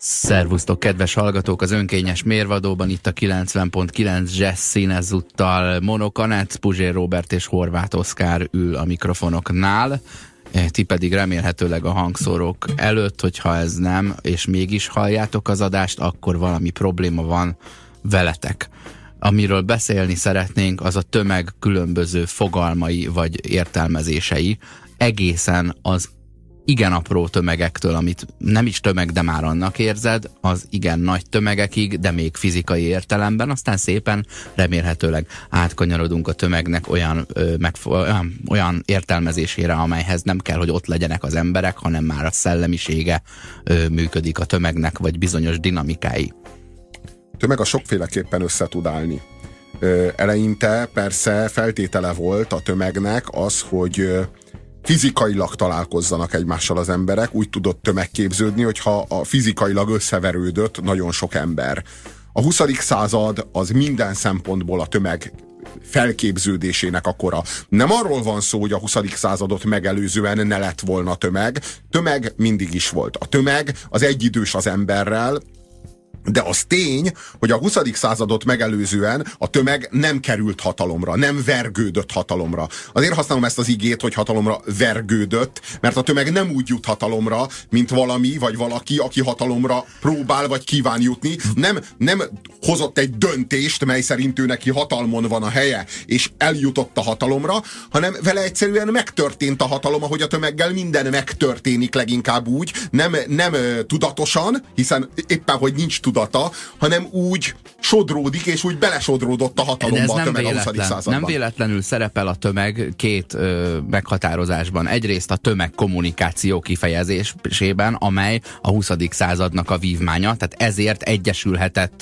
Szervusztok, kedves hallgatók! Az önkényes mérvadóban itt a 90.9 Jazz szín, ezúttal Mono Kanec, Puzsér Róbert és Horváth Oszkár ül a mikrofonoknál. Ti pedig remélhetőleg a hangszórók előtt, hogyha ez nem, és mégis halljátok az adást, akkor valami probléma van veletek. Amiről beszélni szeretnénk, az a tömeg különböző fogalmai vagy értelmezései, egészen az igen apró tömegektől, amit nem is tömeg, de már annak érzed, az igen nagy tömegekig, de még fizikai értelemben, aztán szépen remélhetőleg átkanyarodunk a tömegnek olyan értelmezésére, amelyhez nem kell, hogy ott legyenek az emberek, hanem már a szellemisége működik a tömegnek, vagy bizonyos dinamikái. A tömeg a sokféleképpen össze tud állni. Eleinte persze feltétele volt a tömegnek az, hogy fizikailag találkozzanak egymással az emberek, úgy tudott tömeg képződni, hogyha a fizikailag összeverődött nagyon sok ember. A 20. század az minden szempontból a tömeg felképződésének a kora. Nem arról van szó, hogy a 20. századot megelőzően ne lett volna tömeg. Tömeg mindig is volt. A tömeg az egyidős az emberrel, de az tény, hogy a 20. századot megelőzően a tömeg nem került hatalomra, nem vergődött hatalomra. Azért használom ezt az igét, hogy hatalomra vergődött, mert a tömeg nem úgy jut hatalomra, mint valami vagy valaki, aki hatalomra próbál vagy kíván jutni. Nem hozott egy döntést, mely szerint ő neki hatalmon van a helye, és eljutott a hatalomra, hanem vele egyszerűen megtörtént a hatalom, ahogy a tömeggel minden megtörténik, leginkább úgy, nem tudatosan, hiszen éppen, hogy nincs tudata, hanem úgy sodródik, és úgy belesodródott a hatalomba a tömeg a 20. században. Nem véletlenül szerepel a tömeg két meghatározásban. Egyrészt a tömegkommunikáció kifejezésében, amely a 20. századnak a vívmánya, tehát ezért egyesülhetett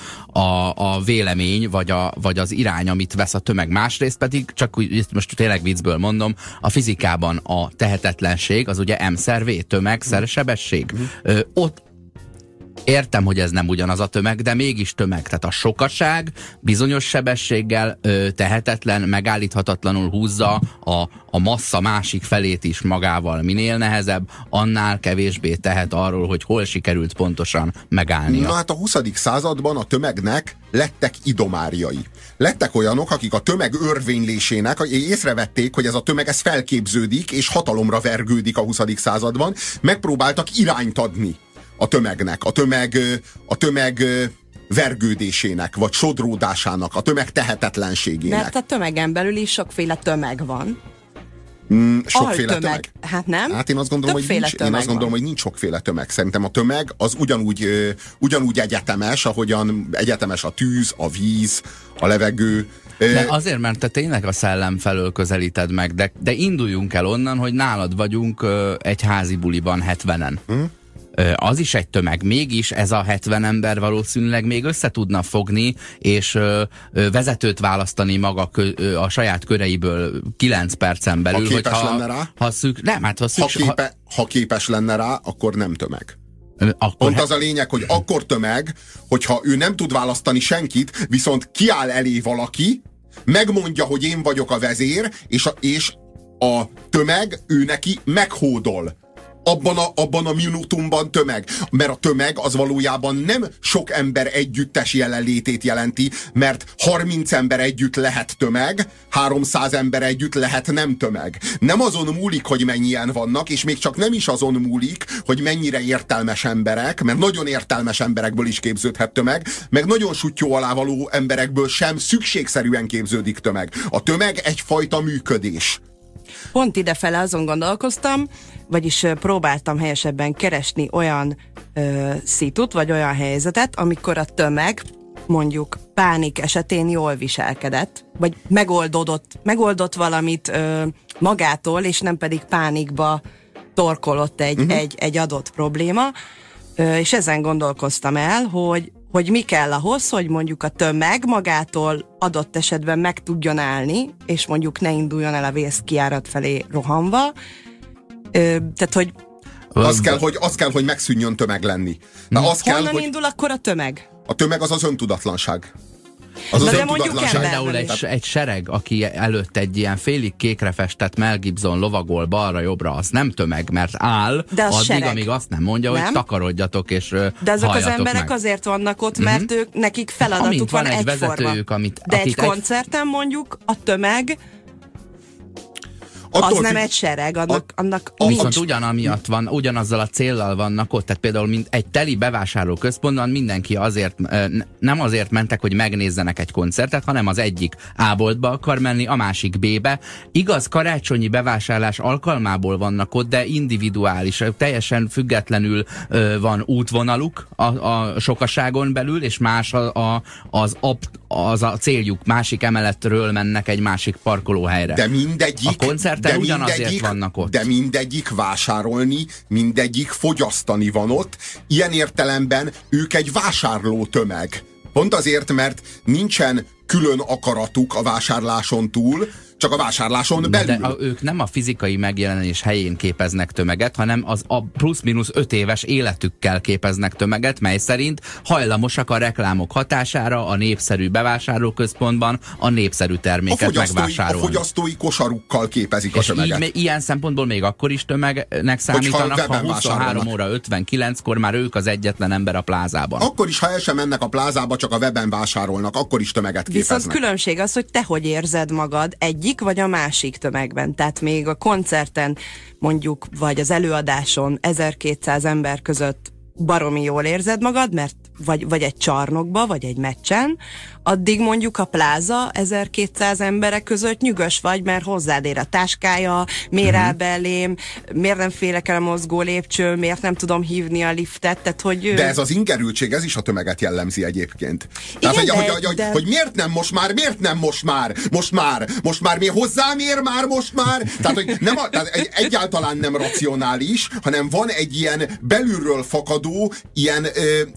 a vélemény, vagy az irány, amit vesz a tömeg. Másrészt pedig, csak úgy, most tényleg viccből mondom, a fizikában a tehetetlenség, az ugye m-szer-v, tömeg-szer sebesség. Ott értem, hogy ez nem ugyanaz a tömeg, de mégis tömeg. Tehát a sokaság bizonyos sebességgel tehetetlen, megállíthatatlanul húzza a massza másik felét is magával. Minél nehezebb, annál kevésbé tehet arról, hogy hol sikerült pontosan megállnia. Na hát a 20. században a tömegnek lettek idomárjai. Lettek olyanok, akik a tömeg örvénylésének észrevették, hogy ez a tömeg ez felképződik, és hatalomra vergődik a 20. században. Megpróbáltak irányt adni a tömegnek, a tömeg vergődésének, vagy sodródásának, a tömeg tehetetlenségének. Mert a tömegen belül is sokféle tömeg van. Sokféle tömeg? Hát nem. Hát én azt gondolom, hogy nincs sokféle tömeg. Szerintem a tömeg az ugyanúgy egyetemes, ahogyan egyetemes a tűz, a víz, a levegő. De azért, mert te tényleg a szellem felől közelíted meg, de induljunk el onnan, hogy nálad vagyunk egy házi buliban 70-en. Az is egy tömeg. Mégis ez a 70 ember valószínűleg még össze tudna fogni, és vezetőt választani maga a saját köreiből 9 percen belül. Ha képes lenne rá? Ha képes lenne rá, akkor nem tömeg. Pont az a lényeg, hogy akkor tömeg, hogyha ő nem tud választani senkit, viszont kiáll elé valaki, megmondja, hogy én vagyok a vezér, és a tömeg ő neki meghódol. Abban a minutumban tömeg. Mert a tömeg az valójában nem sok ember együttes jelenlétét jelenti, mert 30 ember együtt lehet tömeg, 300 ember együtt lehet nem tömeg. Nem azon múlik, hogy mennyien vannak, és még csak nem is azon múlik, hogy mennyire értelmes emberek, mert nagyon értelmes emberekből is képződhet tömeg, meg nagyon suttyó alávaló emberekből sem szükségszerűen képződik tömeg. A tömeg egyfajta működés. Pont idefele azon gondolkoztam, vagyis próbáltam helyesebben keresni olyan szitut, vagy olyan helyzetet, amikor a tömeg mondjuk pánik esetén jól viselkedett, vagy megoldott valamit magától, és nem pedig pánikba torkolott egy adott probléma, és ezen gondolkoztam el, hogy mi kell ahhoz, hogy mondjuk a tömeg magától adott esetben meg tudjon állni, és mondjuk ne induljon el a vészkijárat felé rohanva. Tehát, hogy az kell, hogy megszűnjön tömeg lenni. Honnan indul akkor a tömeg? A tömeg az öntudatlanság. Az az de öntudatlanság. Például egy sereg, aki előtt egy ilyen félig kékre festett Mel Gibson lovagol balra-jobbra, az nem tömeg, mert áll, addig, sereg. amíg azt nem mondja, nem? hogy takarodjatok és de azok az emberek meg. Azért vannak ott, mert nekik feladatuk van egy egyforma. vezetőjük, de egy koncerten mondjuk a tömeg az nem egy sereg, annak viszont ugyanamiatt van, ugyanazzal a céllal vannak ott, tehát például mint egy teli bevásárlóközpontban mindenki azért, nem azért mentek, hogy megnézzenek egy koncertet, hanem az egyik A boltba akar menni, a másik B-be. Igaz, karácsonyi bevásárlás alkalmából vannak ott, de individuális, teljesen függetlenül van útvonaluk a sokaságon belül, és más az a céljuk, másik emeletről mennek egy másik parkolóhelyre. De mindegyik, a koncerten ugyanazért vannak ott. De mindegyik vásárolni, mindegyik fogyasztani van ott. Ilyen értelemben ők egy vásárló tömeg. Pont azért, mert nincsen külön akaratuk a vásárláson túl, csak a vásárláson belül. De ők nem a fizikai megjelenés helyén képeznek tömeget, hanem az a plusz-minusz 5 éves életükkel képeznek tömeget, mely szerint hajlamosak a reklámok hatására a népszerű bevásárlóközpontban a népszerű terméket megvásárolni. A fogyasztói kosarukkal képezik a tömeget. Így, ilyen szempontból még akkor is tömegnek számítanak, ha 23 óra 59-kor már ők az egyetlen ember a plázában. Akkor is, ha el sem mennek a plázába, csak a weben vásárolnak, akkor is tömeget képeznek. Viszont különbség az, hogy te hogy érzed magad egyik vagy a másik tömegben. Tehát még a koncerten mondjuk, vagy az előadáson 1200 ember között baromi jól érzed magad, mert vagy egy csarnokba, vagy egy meccsen, addig mondjuk a pláza 1200 emberek között nyugos vagy, mert hozzád ér a táskája, miért áll belém, miért nem félek el a mozgó lépcső, miért nem tudom hívni a liftet, tehát hogy... De ez az ingerültség, ez is a tömeget jellemzi egyébként. Igen, tehát, hogy miért nem most már, miért hozzám ér már most már? Tehát, hogy tehát egyáltalán nem racionális, hanem van egy ilyen belülről fakadó, ilyen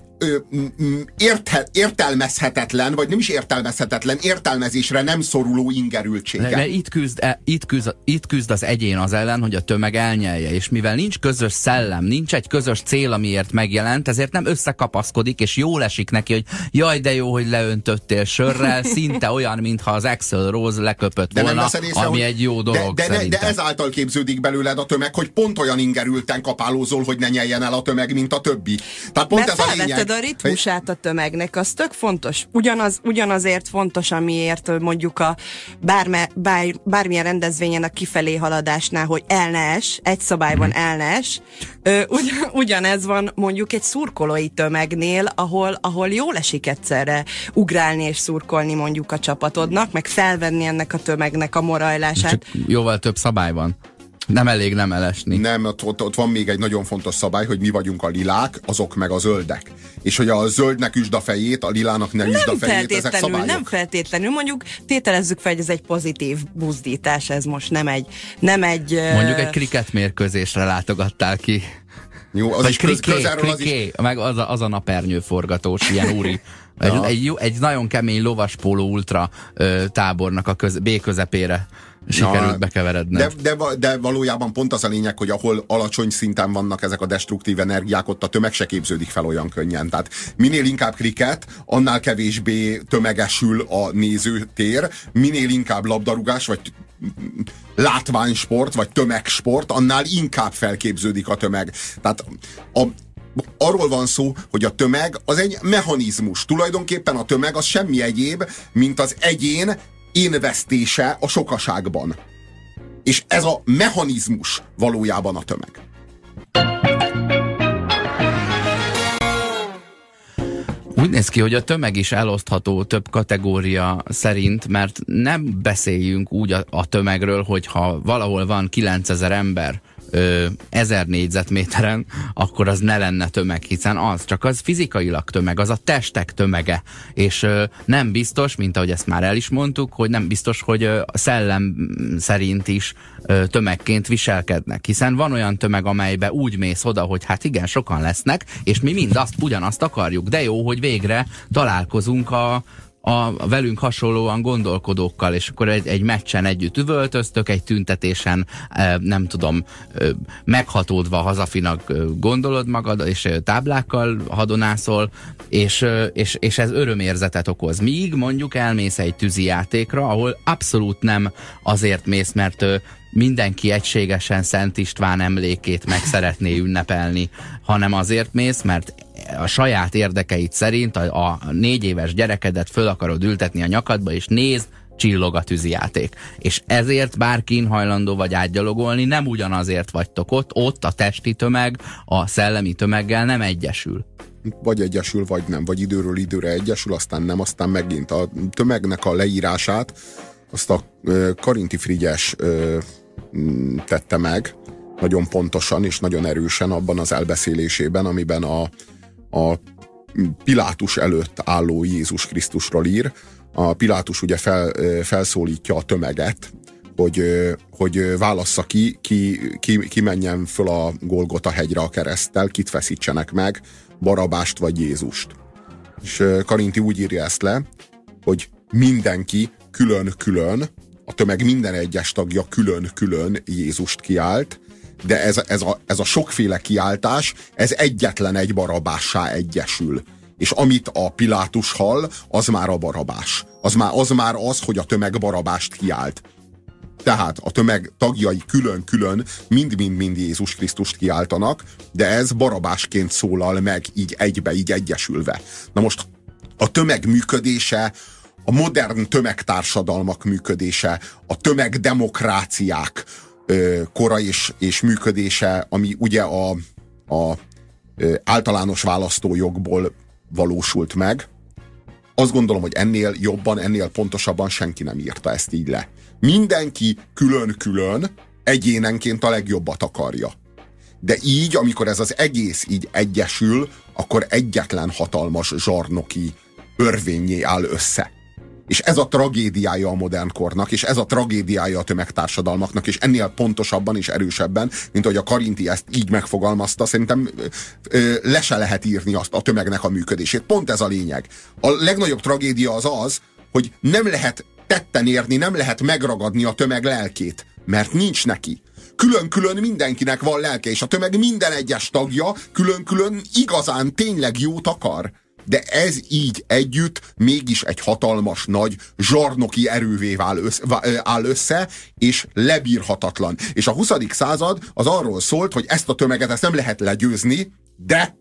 értelmezhetetlen, vagy nem is értelmezhetetlen, értelmezésre nem szoruló ingerültsége. De itt küzd az egyén az ellen, hogy a tömeg elnyelje, és mivel nincs közös szellem, nincs egy közös cél, amiért megjelent, ezért nem összekapaszkodik, és jól esik neki, hogy jaj, de jó, hogy leöntöttél sörrel, szinte olyan, mintha az Axl Rose leköpött volna, ami egy jó dolog de ezáltal képződik belőled a tömeg, hogy pont olyan ingerülten kapálózol, hogy ne nyeljen el a tömeg, mint a többi. Tehát pont ez a lényeg. A ritmusát a tömegnek, az tök fontos. Ugyanazért fontos, amiért mondjuk a bármilyen rendezvényen a kifelé haladásnál, hogy el ne es, egy szabályban el ne es. Ugyanez van mondjuk egy szurkolói tömegnél, ahol jól esik egyszerre ugrálni és szurkolni mondjuk a csapatodnak, meg felvenni ennek a tömegnek a morajlását. Csak jóval több szabály van. Nem elég nem elesni. Nem, ott van még egy nagyon fontos szabály, hogy mi vagyunk a lilák, azok meg a zöldek. És hogy a zöldnek üsd a fejét, a lilának ne üsd a fejét, ezek szabályok. Nem feltétlenül, mondjuk tételezzük fel, hogy ez egy pozitív buzdítás, ez most nem egy mondjuk egy krikett mérkőzésre látogattál ki. Jó, az vagy is kriké, meg az a napernyő forgatós, ilyen úri. Egy nagyon kemény lovaspóló ultra tábornak a B közepére sikerült bekeveredni. De valójában pont az a lényeg, hogy ahol alacsony szinten vannak ezek a destruktív energiák, ott a tömeg se képződik fel olyan könnyen. Tehát minél inkább kriket, annál kevésbé tömegesül a nézőtér, minél inkább labdarúgás, vagy látványsport, vagy tömegsport, annál inkább felképződik a tömeg. Tehát arról van szó, hogy a tömeg az egy mechanizmus. Tulajdonképpen a tömeg az semmi egyéb, mint az egyén énvesztése a sokaságban. És ez a mechanizmus valójában a tömeg. Úgy néz ki, hogy a tömeg is elosztható több kategória szerint, mert nem beszéljünk úgy a tömegről, hogyha valahol van 9000 ember 1000 négyzetméteren, akkor az ne lenne tömeg, hiszen az fizikailag tömeg, az a testek tömege, és nem biztos, mint ahogy ezt már el is mondtuk, hogy nem biztos, hogy a szellem szerint is tömegként viselkednek, hiszen van olyan tömeg, amelybe úgy mész oda, hogy hát igen, sokan lesznek, és mi ugyanazt akarjuk, de jó, hogy végre találkozunk a velünk hasonlóan gondolkodókkal, és akkor egy meccsen együtt üvöltöztök, egy tüntetésen, nem tudom, meghatódva hazafinak gondolod magad, és táblákkal hadonászol, és ez örömérzetet okoz. Míg mondjuk elmész egy tűzijátékra, ahol abszolút nem azért mész, mert mindenki egységesen Szent István emlékét meg szeretné ünnepelni, hanem azért mész, mert a saját érdekeid szerint a 4 éves gyerekedet föl akarod ültetni a nyakadba, és nézd, csillog a tűzijáték. És ezért bárkin hajlandó vagy átgyalogolni, nem ugyanazért vagytok ott a testi tömeg a szellemi tömeggel nem egyesül. Vagy egyesül, vagy nem, vagy időről időre egyesül, aztán nem, aztán megint a tömegnek a leírását azt a Karinti Frigyes tette meg, nagyon pontosan és nagyon erősen abban az elbeszélésében, amiben a Pilátus előtt álló Jézus Krisztusról ír. A Pilátus ugye felszólítja a tömeget, hogy válassza ki menjen föl a Golgota hegyre a kereszttel, kit feszítsenek meg, Barabást vagy Jézust. És Karinti úgy írja ezt le, hogy mindenki külön-külön, a tömeg minden egyes tagja külön-külön Jézust kiált, de ez a sokféle kiáltás, ez egyetlen egy Barabássá egyesül. És amit a Pilátus hall, az már a Barabás. Az már az, hogy a tömeg Barabást kiált. Tehát a tömeg tagjai külön-külön mind Jézus Krisztust kiáltanak, de ez Barabásként szólal meg így egybe, így egyesülve. Na most a tömeg működése, a modern tömegtársadalmak működése, a tömegdemokráciák kora és működése, ami ugye a általános választójogból valósult meg. Azt gondolom, hogy ennél jobban, ennél pontosabban senki nem írta ezt így le. Mindenki külön-külön egyénenként a legjobbat akarja. De így, amikor ez az egész így egyesül, akkor egyetlen hatalmas zsarnoki örvénnyé áll össze. És ez a tragédiája a modern kornak, és ez a tragédiája a tömegtársadalmaknak, és ennél pontosabban és erősebben, mint ahogy a Karinti ezt így megfogalmazta, szerintem le se lehet írni azt a tömegnek a működését. Pont ez a lényeg. A legnagyobb tragédia az, hogy nem lehet tetten érni, nem lehet megragadni a tömeg lelkét, mert nincs neki. Külön-külön mindenkinek van lelke, és a tömeg minden egyes tagja külön-külön igazán tényleg jót akar. De ez így együtt mégis egy hatalmas, nagy zsarnoki erővé áll össze, és lebírhatatlan. És a 20. század az arról szólt, hogy ezt a tömeget ezt nem lehet legyőzni, de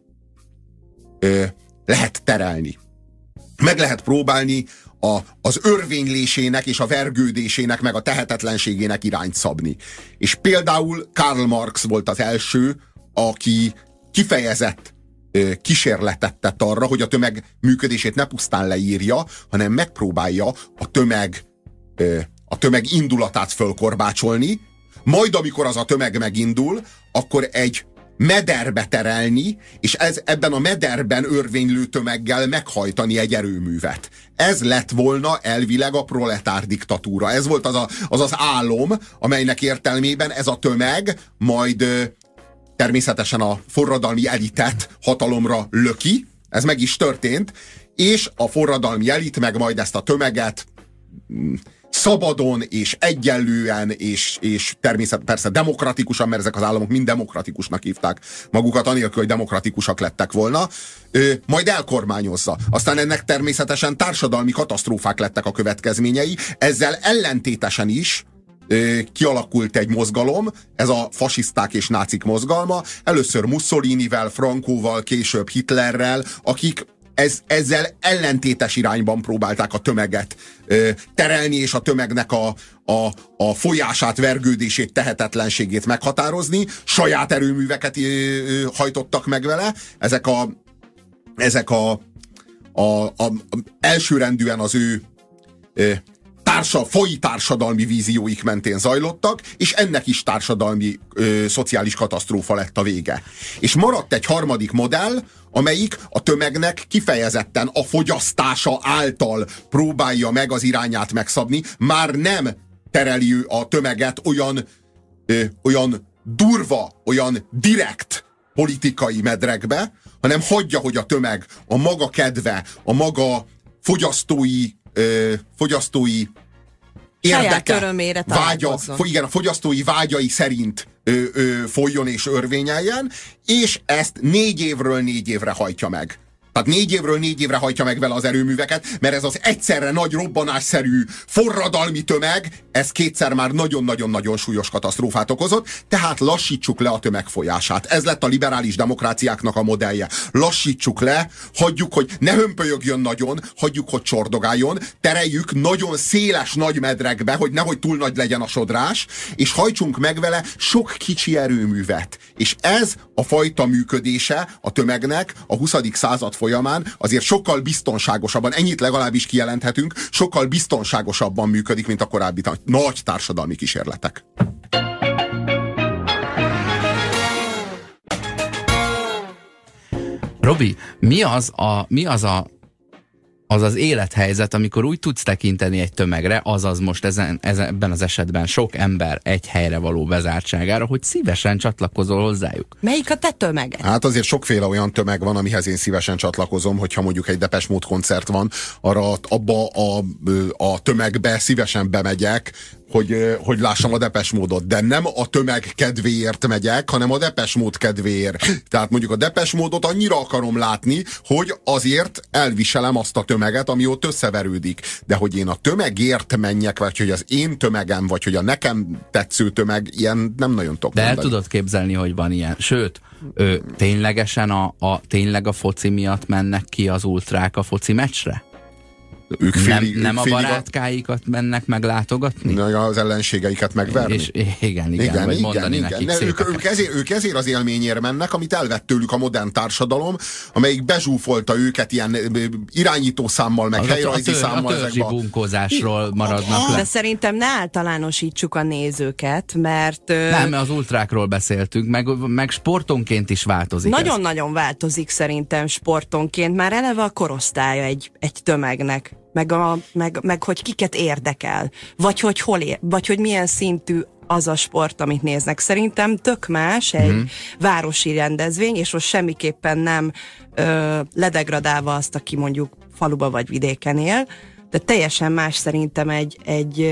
lehet terelni. Meg lehet próbálni az örvénylésének és a vergődésének, meg a tehetetlenségének irányt szabni. És például Karl Marx volt az első, aki kifejezett kísérletet tett arra, hogy a tömeg működését ne pusztán leírja, hanem megpróbálja a tömeg indulatát fölkorbácsolni, majd amikor az a tömeg megindul, akkor egy mederbe terelni, és ebben a mederben örvénylő tömeggel meghajtani egy erőművet. Ez lett volna elvileg a proletár diktatúra. Ez volt az álom, amelynek értelmében ez a tömeg majd természetesen a forradalmi elitet hatalomra löki, ez meg is történt, és a forradalmi elit meg majd ezt a tömeget szabadon és egyenlően és természetesen persze demokratikusan, mert ezek az államok mind demokratikusnak hívták magukat, anélkül, hogy demokratikusak lettek volna, majd elkormányozza. Aztán ennek természetesen társadalmi katasztrófák lettek a következményei, ezzel ellentétesen is kialakult egy mozgalom, ez a fasiszták és nácik mozgalma, először Mussolinivel, Frankóval, később Hitlerrel, akik ezzel ellentétes irányban próbálták a tömeget terelni, és a tömegnek a folyását, vergődését, tehetetlenségét meghatározni. Saját erőműveket hajtottak meg vele. Ezek elsőrendűen az ő faji társadalmi vízióik mentén zajlottak, és ennek is társadalmi, szociális katasztrófa lett a vége. És maradt egy harmadik modell, amelyik a tömegnek kifejezetten a fogyasztása által próbálja meg az irányát megszabni, már nem tereli a tömeget olyan durva, olyan direkt politikai medrekbe, hanem hagyja, hogy a tömeg a maga kedve, a maga fogyasztói érdeke, vágya, igen, a fogyasztói vágyai szerint folyjon és örvényeljen, és ezt 4 évről 4 évre hajtja meg. Tehát 4 évről 4 évre hajtja meg vele az erőműveket, mert ez az egyszerre nagy robbanásszerű forradalmi tömeg, ez kétszer már nagyon-nagyon-nagyon súlyos katasztrófát okozott, tehát lassítsuk le a tömeg folyását. Ez lett a liberális demokráciáknak a modellje. Lassítsuk le, hagyjuk, hogy ne hömpölyögjön nagyon, hagyjuk, hogy csordogáljon, tereljük nagyon széles nagy medrekbe, hogy nehogy túl nagy legyen a sodrás, és hajtsunk meg vele sok kicsi erőművet. És ez a fajta működése a tömegnek a 20. század folyamán azért sokkal biztonságosabban, ennyit legalábbis kijelenthetünk, sokkal biztonságosabban működik, mint a korábbi nagy társadalmi kísérletek. Robi, mi az az élethelyzet, amikor úgy tudsz tekinteni egy tömegre, azaz most ebben az esetben sok ember egy helyre való bezártságára, hogy szívesen csatlakozol hozzájuk? Melyik a te tömeged? Hát azért sokféle olyan tömeg van, amihez én szívesen csatlakozom, hogyha mondjuk egy Depeche Mode koncert van, abba a tömegbe szívesen bemegyek, hogy lássam a Depeche Mode-ot, de nem a tömeg kedvéért megyek, hanem a Depeche Mode kedvéért. Tehát mondjuk a Depeche Mode-ot annyira akarom látni, hogy azért elviselem azt a tömeget, ami ott összeverődik. De hogy én a tömegért menjek, vagy hogy az én tömegem, vagy hogy a nekem tetsző tömeg, ilyen nem nagyon tudok De mondani. el tudod képzelni, hogy van ilyen. Sőt, ténylegesen tényleg a foci miatt mennek ki az ultrák a foci meccsre? Ők Nem a barátkáikat mennek meglátogatni? Az ellenségeiket megverni? És igen, vagy mondani nekik ők ezért az élményért mennek, amit elvett tőlük a modern társadalom, amelyik bezsúfolta őket ilyen irányítószámmal, meg helyrajzi számmal. A törzsi bunkózásról maradnak le. De szerintem ne általánosítsuk a nézőket, mert... Nem, az ultrákról beszéltünk, meg sportonként is változik. Nagyon-nagyon változik szerintem sportonként, már eleve a korosztálya egy tömegnek. Meg hogy kiket érdekel, vagy hogy vagy hogy milyen szintű az a sport, amit néznek. Szerintem tök más egy városi rendezvény, és most semmiképpen nem ledegradálva azt, aki mondjuk faluba vagy vidéken él, de teljesen más szerintem egy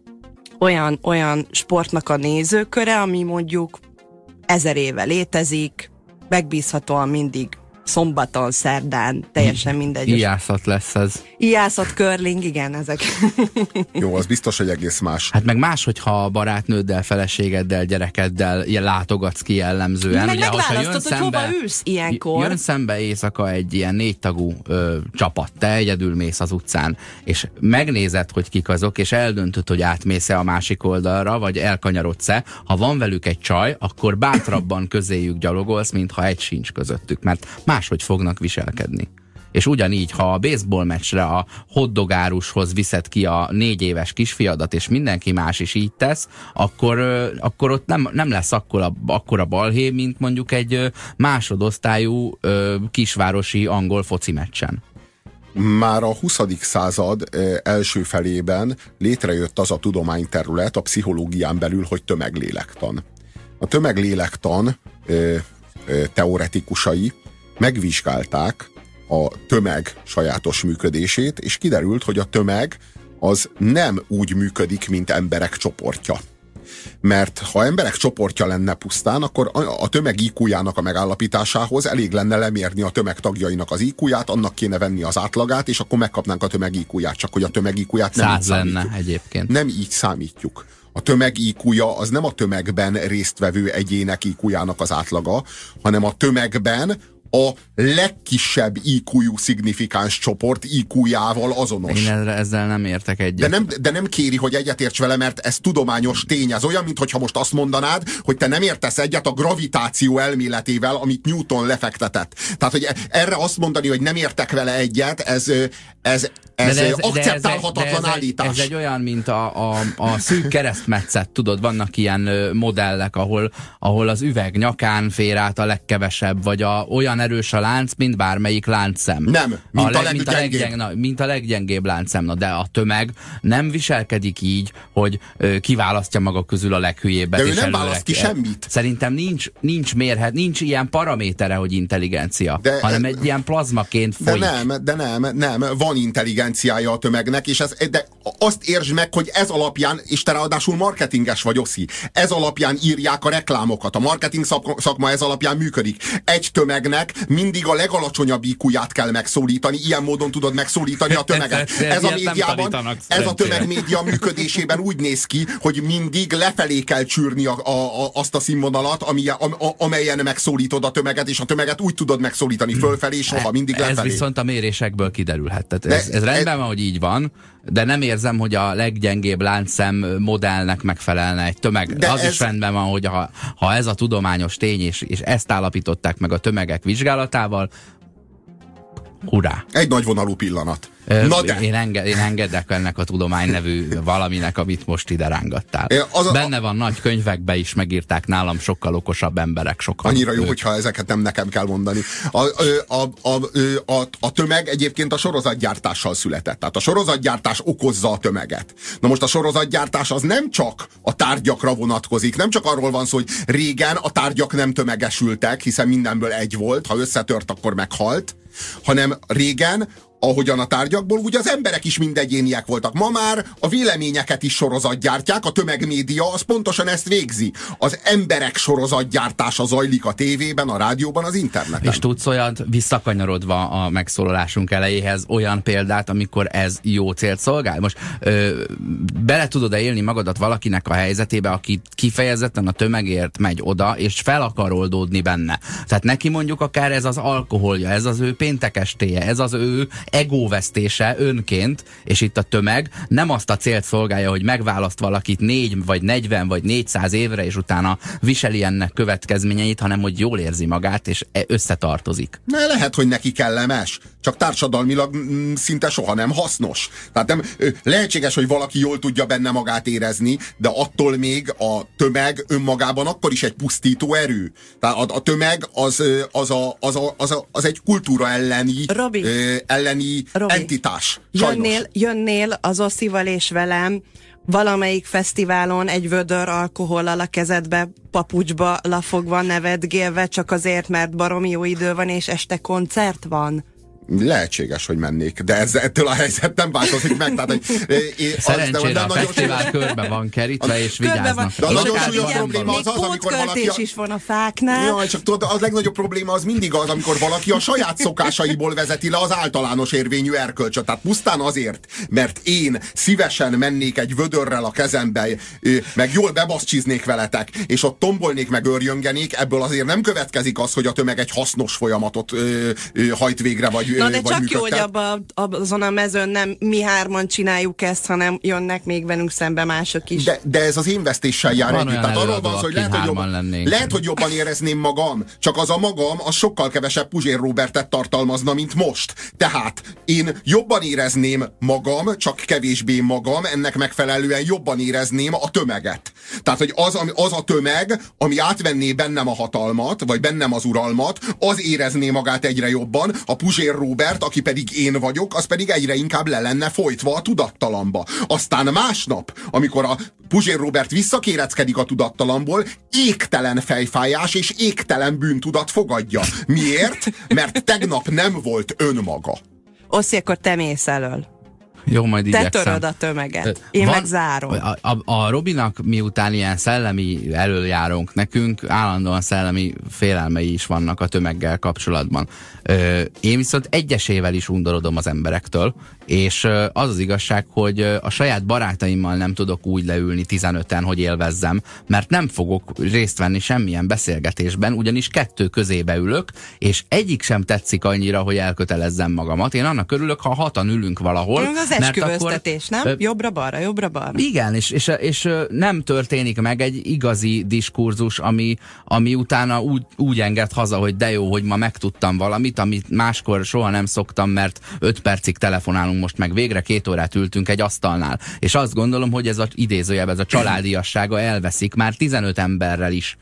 olyan sportnak a nézőköre, ami mondjuk 1000 éve létezik, megbízhatóan mindig szombaton, szerdán, teljesen mindegy. Ijászat lesz ez. Ijászat, curling, igen, ezek. Jó, az biztos, hogy egész más. Hát meg más, hogyha barátnőddel, feleségeddel, gyerekeddel látogatsz ki jellemzően. Meg megválasztod, hogy hova ülsz ilyenkor. Jön szembe éjszaka egy ilyen 4 tagú csapat, te egyedül mész az utcán, és megnézed, hogy kik azok, és eldöntöd, hogy átmész-e a másik oldalra, vagy elkanyarodsz-e. Ha van velük egy csaj, akkor bátrabban közéjük gyalogolsz, mintha egy sincs közöttük, mert máshogy fognak viselkedni. És ugyanígy, ha a baseball meccsre a hotdogárushoz viszed ki a 4 éves kisfiadat, és mindenki más is így tesz, akkor ott nem lesz akkora balhé, mint mondjuk egy másodosztályú kisvárosi angol foci meccsen. Már a 20. század első felében létrejött az a tudományterület a pszichológián belül, hogy tömeglélektan. A tömeglélektan teoretikusai megvizsgálták a tömeg sajátos működését, és kiderült, hogy a tömeg az nem úgy működik, mint emberek csoportja. Mert ha emberek csoportja lenne pusztán, akkor a tömeg IQ-jának a megállapításához elég lenne lemérni a tömeg tagjainak az IQ-ját, annak kéne venni az átlagát, és akkor megkapnánk a tömeg IQ-ját, csak hogy a tömeg IQ-ját nem így számítjuk. lenne egyébként. Nem így számítjuk. A tömeg IQ-ja az nem a tömegben résztvevő egyének IQ-jának az átlaga, hanem a tömegben a legkisebb IQ-jú szignifikáns csoport IQ-jával azonos. Én ezzel nem értek egyet. De nem kéri, hogy egyetérts vele, mert ez tudományos tény. Ez olyan, mintha most azt mondanád, hogy te nem értesz egyet a gravitáció elméletével, amit Newton lefektetett. Tehát, hogy erre azt mondani, hogy nem értek vele egyet, ez akceptálhatatlan állítás. Ez egy olyan, mint a szűk keresztmetszet, tudod, vannak ilyen modellek, ahol az üveg nyakán fér át a legkevesebb, vagy olyan erős a lánc, mint bármelyik láncszem. Nem, mint a leggyengébb láncszem. De a tömeg nem viselkedik így, hogy kiválasztja maga közül a leghülyébbet. De ő nem választ ki semmit. Szerintem nincs ilyen paramétere, hogy intelligencia, hanem egy ilyen plazmaként folyik. De nem, van van intelligenciája a tömegnek, és de azt értsd meg, hogy ez alapján, és te ráadásul marketinges vagy, Oszi, ez alapján írják a reklámokat. A marketing szakma ez alapján működik. Egy tömegnek mindig a legalacsonyabb IQ-ját kell megszólítani, ilyen módon tudod megszólítani a tömeget. Ez a médiában, ez a tömegmédia működésében úgy néz ki, hogy mindig lefelé kell csűrni azt a színvonalat, amelyen megszólítod a tömeget, és a tömeget úgy tudod megszólítani fölfelé, soha mindig lefelé. Ez viszont a mérésekből kiderülhet. Tehát ez rendben van, hogy így van, de nem érzem, hogy a leggyengébb láncszem modellnek megfelelne egy tömeg. De az is rendben van, hogy ha ez a tudományos tény, és ezt állapították meg a tömegek vizsgálatával, hurrá! Egy nagyvonalú pillanat. Én engedek ennek a tudomány nevű valaminek, amit most ide rángattál. Benne van nagy könyvekbe is, megírták nálam sokkal okosabb emberek. Sokkal annyira jó, hogyha ezeket nem nekem kell mondani. A tömeg egyébként a sorozatgyártással született. Tehát a sorozatgyártás okozza a tömeget. Na most a sorozatgyártás az nem csak a tárgyakra vonatkozik, nem csak arról van szó, hogy régen a tárgyak nem tömegesültek, hiszen mindenből egy volt, ha összetört, akkor meghalt, hanem régen, ahogyan a tárgyakból, úgy az emberek is mindegyéniek voltak. Ma már a véleményeket is sorozatgyártják, a tömegmédia az pontosan ezt végzi. Az emberek sorozatgyártása zajlik a tévében, a rádióban, az interneten. És tudsz olyan, visszakanyarodva a megszólalásunk elejéhez, olyan példát, amikor ez jó célt szolgál? Most bele tudod-e élni magadat valakinek a helyzetébe, aki kifejezetten a tömegért megy oda, és fel akar oldódni benne? Tehát neki mondjuk akár ez az alkoholja, ez az ő péntekestéje, ez az ő egóvesztése önként, és itt a tömeg nem azt a célt szolgálja, hogy megválaszt valakit 4 vagy 40 vagy 400 évre, és utána viseli ennek következményeit, hanem hogy jól érzi magát, és összetartozik. Lehet, hogy neki kellemes, csak társadalmilag szinte soha nem hasznos. Tehát nem, lehetséges, hogy valaki jól tudja benne magát érezni, de attól még a tömeg önmagában akkor is egy pusztító erő. Tehát a tömeg az egy kultúra elleni Robi, entitás. Jönnél az Oszival és velem valamelyik fesztiválon egy vödör alkohollal a kezedbe, papucsba lafogva, nevetgélve, csak azért, mert baromi jó idő van, és este koncert van? Lehetséges, hogy mennék, de ettől a helyzet nem változik meg. Tehát, szerencsére a fesztivál körbe van kerítve, és vigyáznak. De a nagyon súlyos probléma az, amikor valaki... is van a fáknál. Jaj, csak tudod, a legnagyobb probléma az mindig az, amikor valaki a saját szokásaiból vezeti le az általános érvényű erkölcsöt. Tehát pusztán azért, mert én szívesen mennék egy vödörrel a kezembe, meg jól bebaszcsiznék veletek, és ott tombolnék, meg örjöngenék, ebből azért nem következik az, hogy a tömeg egy hasznos folyamatot hajt végre, vagy na de csak működtet. jó, hogy azon a mezőn nem mi hárman csináljuk ezt, hanem jönnek még velünk szembe mások is. De ez az én vesztéssel jár együtt. Tehát arról van szó, hogy lehet, hogy jobban érezném magam, csak az a magam, az sokkal kevesebb Puzsér Róbertet tartalmazna, mint most. Tehát én jobban érezném magam, csak kevésbé magam, ennek megfelelően jobban érezném a tömeget. Tehát, hogy az a tömeg, ami átvenné bennem a hatalmat, vagy bennem az uralmat, az érezné magát egyre jobban, a Puzsér Róbert, aki pedig én vagyok, az pedig egyre inkább le lenne folytva a tudattalamba. Aztán másnap, amikor a Puzsér Róbert visszakéreckedik a tudattalamból, égtelen fejfájás és égtelen bűntudat fogadja. Miért? Mert tegnap nem volt önmaga. Oszi, akkor te mész elől. Jó, majd igyekszem. Te töröd a tömeget. Én meg zárom. A Robinak miután ilyen szellemi elöljárónk nekünk, állandóan szellemi félelmei is vannak a tömeggel kapcsolatban. Én viszont egyesével is undorodom az emberektől, és az az igazság, hogy a saját barátaimmal nem tudok úgy leülni 15-en, hogy élvezzem, mert nem fogok részt venni semmilyen beszélgetésben, ugyanis 2 közébe ülök, és egyik sem tetszik annyira, hogy elkötelezzem magamat. Én annak örülök, ha 6-an ülünk valahol. Az esküvőztetés, nem? Jobbra-balra, jobbra-balra. Igen, és nem történik meg egy igazi diskurzus, ami utána úgy enged haza, hogy de jó, hogy ma megtudtam valamit, amit máskor soha nem szoktam, mert 5 percig telefonálunk, most meg végre 2 órát ültünk egy asztalnál. És azt gondolom, hogy ez az idézőjebb, ez a családiassága elveszik már 15 emberrel is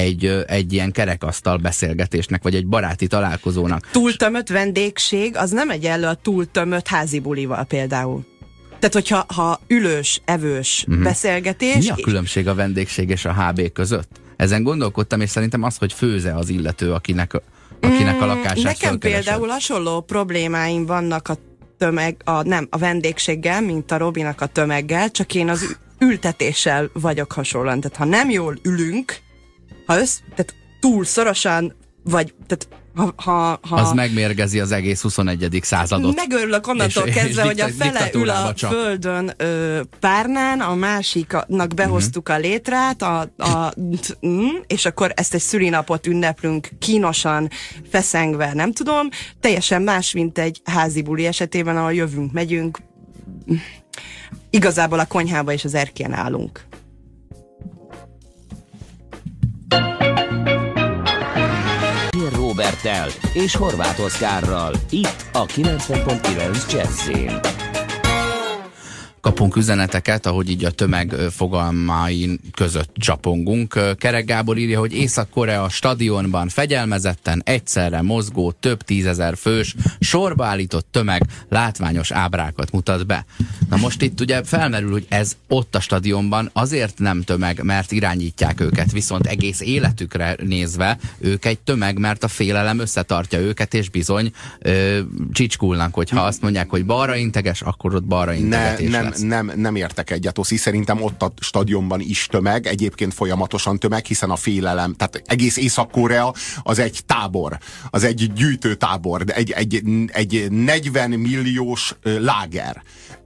egy ilyen kerekasztal beszélgetésnek, vagy egy baráti találkozónak. Túltömött vendégség, az nem egyenlő a túltömött házi bulival például. Tehát, hogyha ülős, evős beszélgetés... Mi a különbség a vendégség és a HB között? Ezen gondolkodtam, és szerintem az, hogy főze az illető, akinek a lakását nekem például hasonló problémáim vannak a a vendégséggel, mint a Robinak a tömeggel, csak én az ültetéssel vagyok hasonlóan. Tehát ha nem jól ülünk, tehát túl szorosan, vagy tehát ha az megmérgezi az egész 21. századot. Megörülök onnantól kezdve, hogy a fele ül a földön párnán, a másiknak behoztuk a létrát, és akkor ezt egy szülinapot ünneplünk kínosan, feszengve, nem tudom. Teljesen más, mint egy házi buli esetében, ahol jövünk, megyünk. Igazából a konyhába és az erkélyen állunk. Roberttel és Horváth Oszkárral, itt a 90.9 Jazzin. Kapunk üzeneteket, ahogy így a tömeg fogalmain között csapongunk. Kerek Gábor írja, hogy Észak-Korea stadionban fegyelmezetten egyszerre mozgó, több tízezer fős, sorba állított tömeg látványos ábrákat mutat be. Na most itt ugye felmerül, hogy ez ott a stadionban azért nem tömeg, mert irányítják őket, viszont egész életükre nézve ők egy tömeg, mert a félelem összetartja őket, és bizony csicskulnak, hogyha azt mondják, hogy balra integes, akkor ott balra integetés lesz. Nem értek egyet, Oszi. Szerintem ott a stadionban is tömeg, egyébként folyamatosan tömeg, hiszen a félelem, tehát egész Észak-Korea az egy tábor, az egy gyűjtőtábor, egy 40 milliós láger.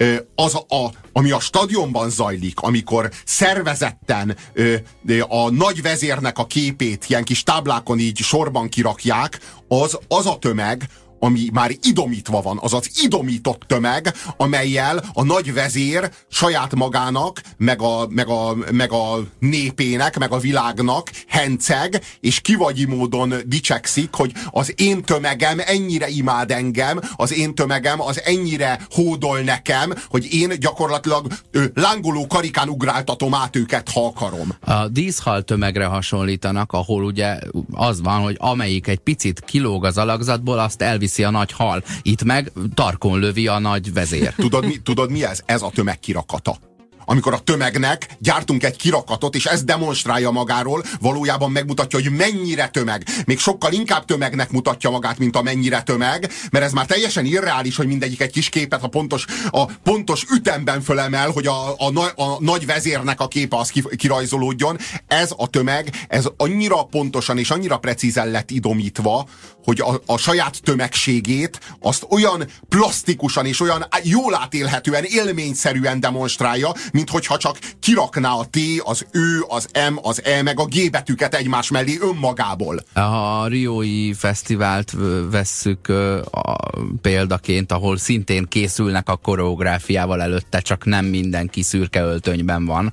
Ami a stadionban zajlik, amikor szervezetten a nagy vezérnek a képét ilyen kis táblákon így sorban kirakják, az a tömeg, ami már idomítva van, az az idomított tömeg, amellyel a nagy vezér saját magának, meg a népének, meg a világnak henceg, és kivagyi módon dicsekszik, hogy az én tömegem ennyire imád engem, az én tömegem az ennyire hódol nekem, hogy én gyakorlatilag lángoló karikán ugráltatom át őket, ha akarom. A díszhal tömegre hasonlítanak, ahol ugye az van, hogy amelyik egy picit kilóg az alakzatból, azt elviszi a nagy hal. Itt meg tarkon lövi a nagy vezér. Tudod mi ez? Ez a tömeg kirakata. Amikor a tömegnek gyártunk egy kirakatot, és ez demonstrálja magáról, valójában megmutatja, hogy mennyire tömeg. Még sokkal inkább tömegnek mutatja magát, mint a mennyire tömeg, mert ez már teljesen irreális, hogy mindegyik egy kis képet a pontos ütemben fölemel, hogy a nagy vezérnek a képe az kirajzolódjon. Ez a tömeg, ez annyira pontosan és annyira precízen lett idomítva, hogy a saját tömegségét azt olyan plastikusan és olyan jól átélhetően, élményszerűen demonstrálja, mint hogyha csak kirakná a T, az Ö, az M, az E, meg a G betűket egymás mellé önmagából. A Riói Fesztivált vesszük példaként, ahol szintén készülnek a koreográfiával előtte, csak nem mindenki szürke öltönyben van.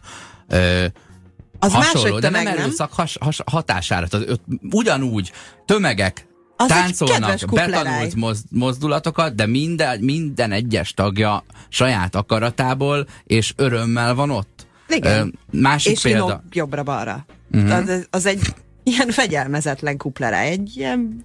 Az hasonló, másik de tömeg, nem erőszak hatására. Ugyanúgy tömegek az táncolnak betanult mozdulatokat, de minden egyes tagja saját akaratából és örömmel van ott. Igen. Másik és példa... jobbra-balra. Az egy ilyen fegyelmezetlen kuplera. Egy ilyen...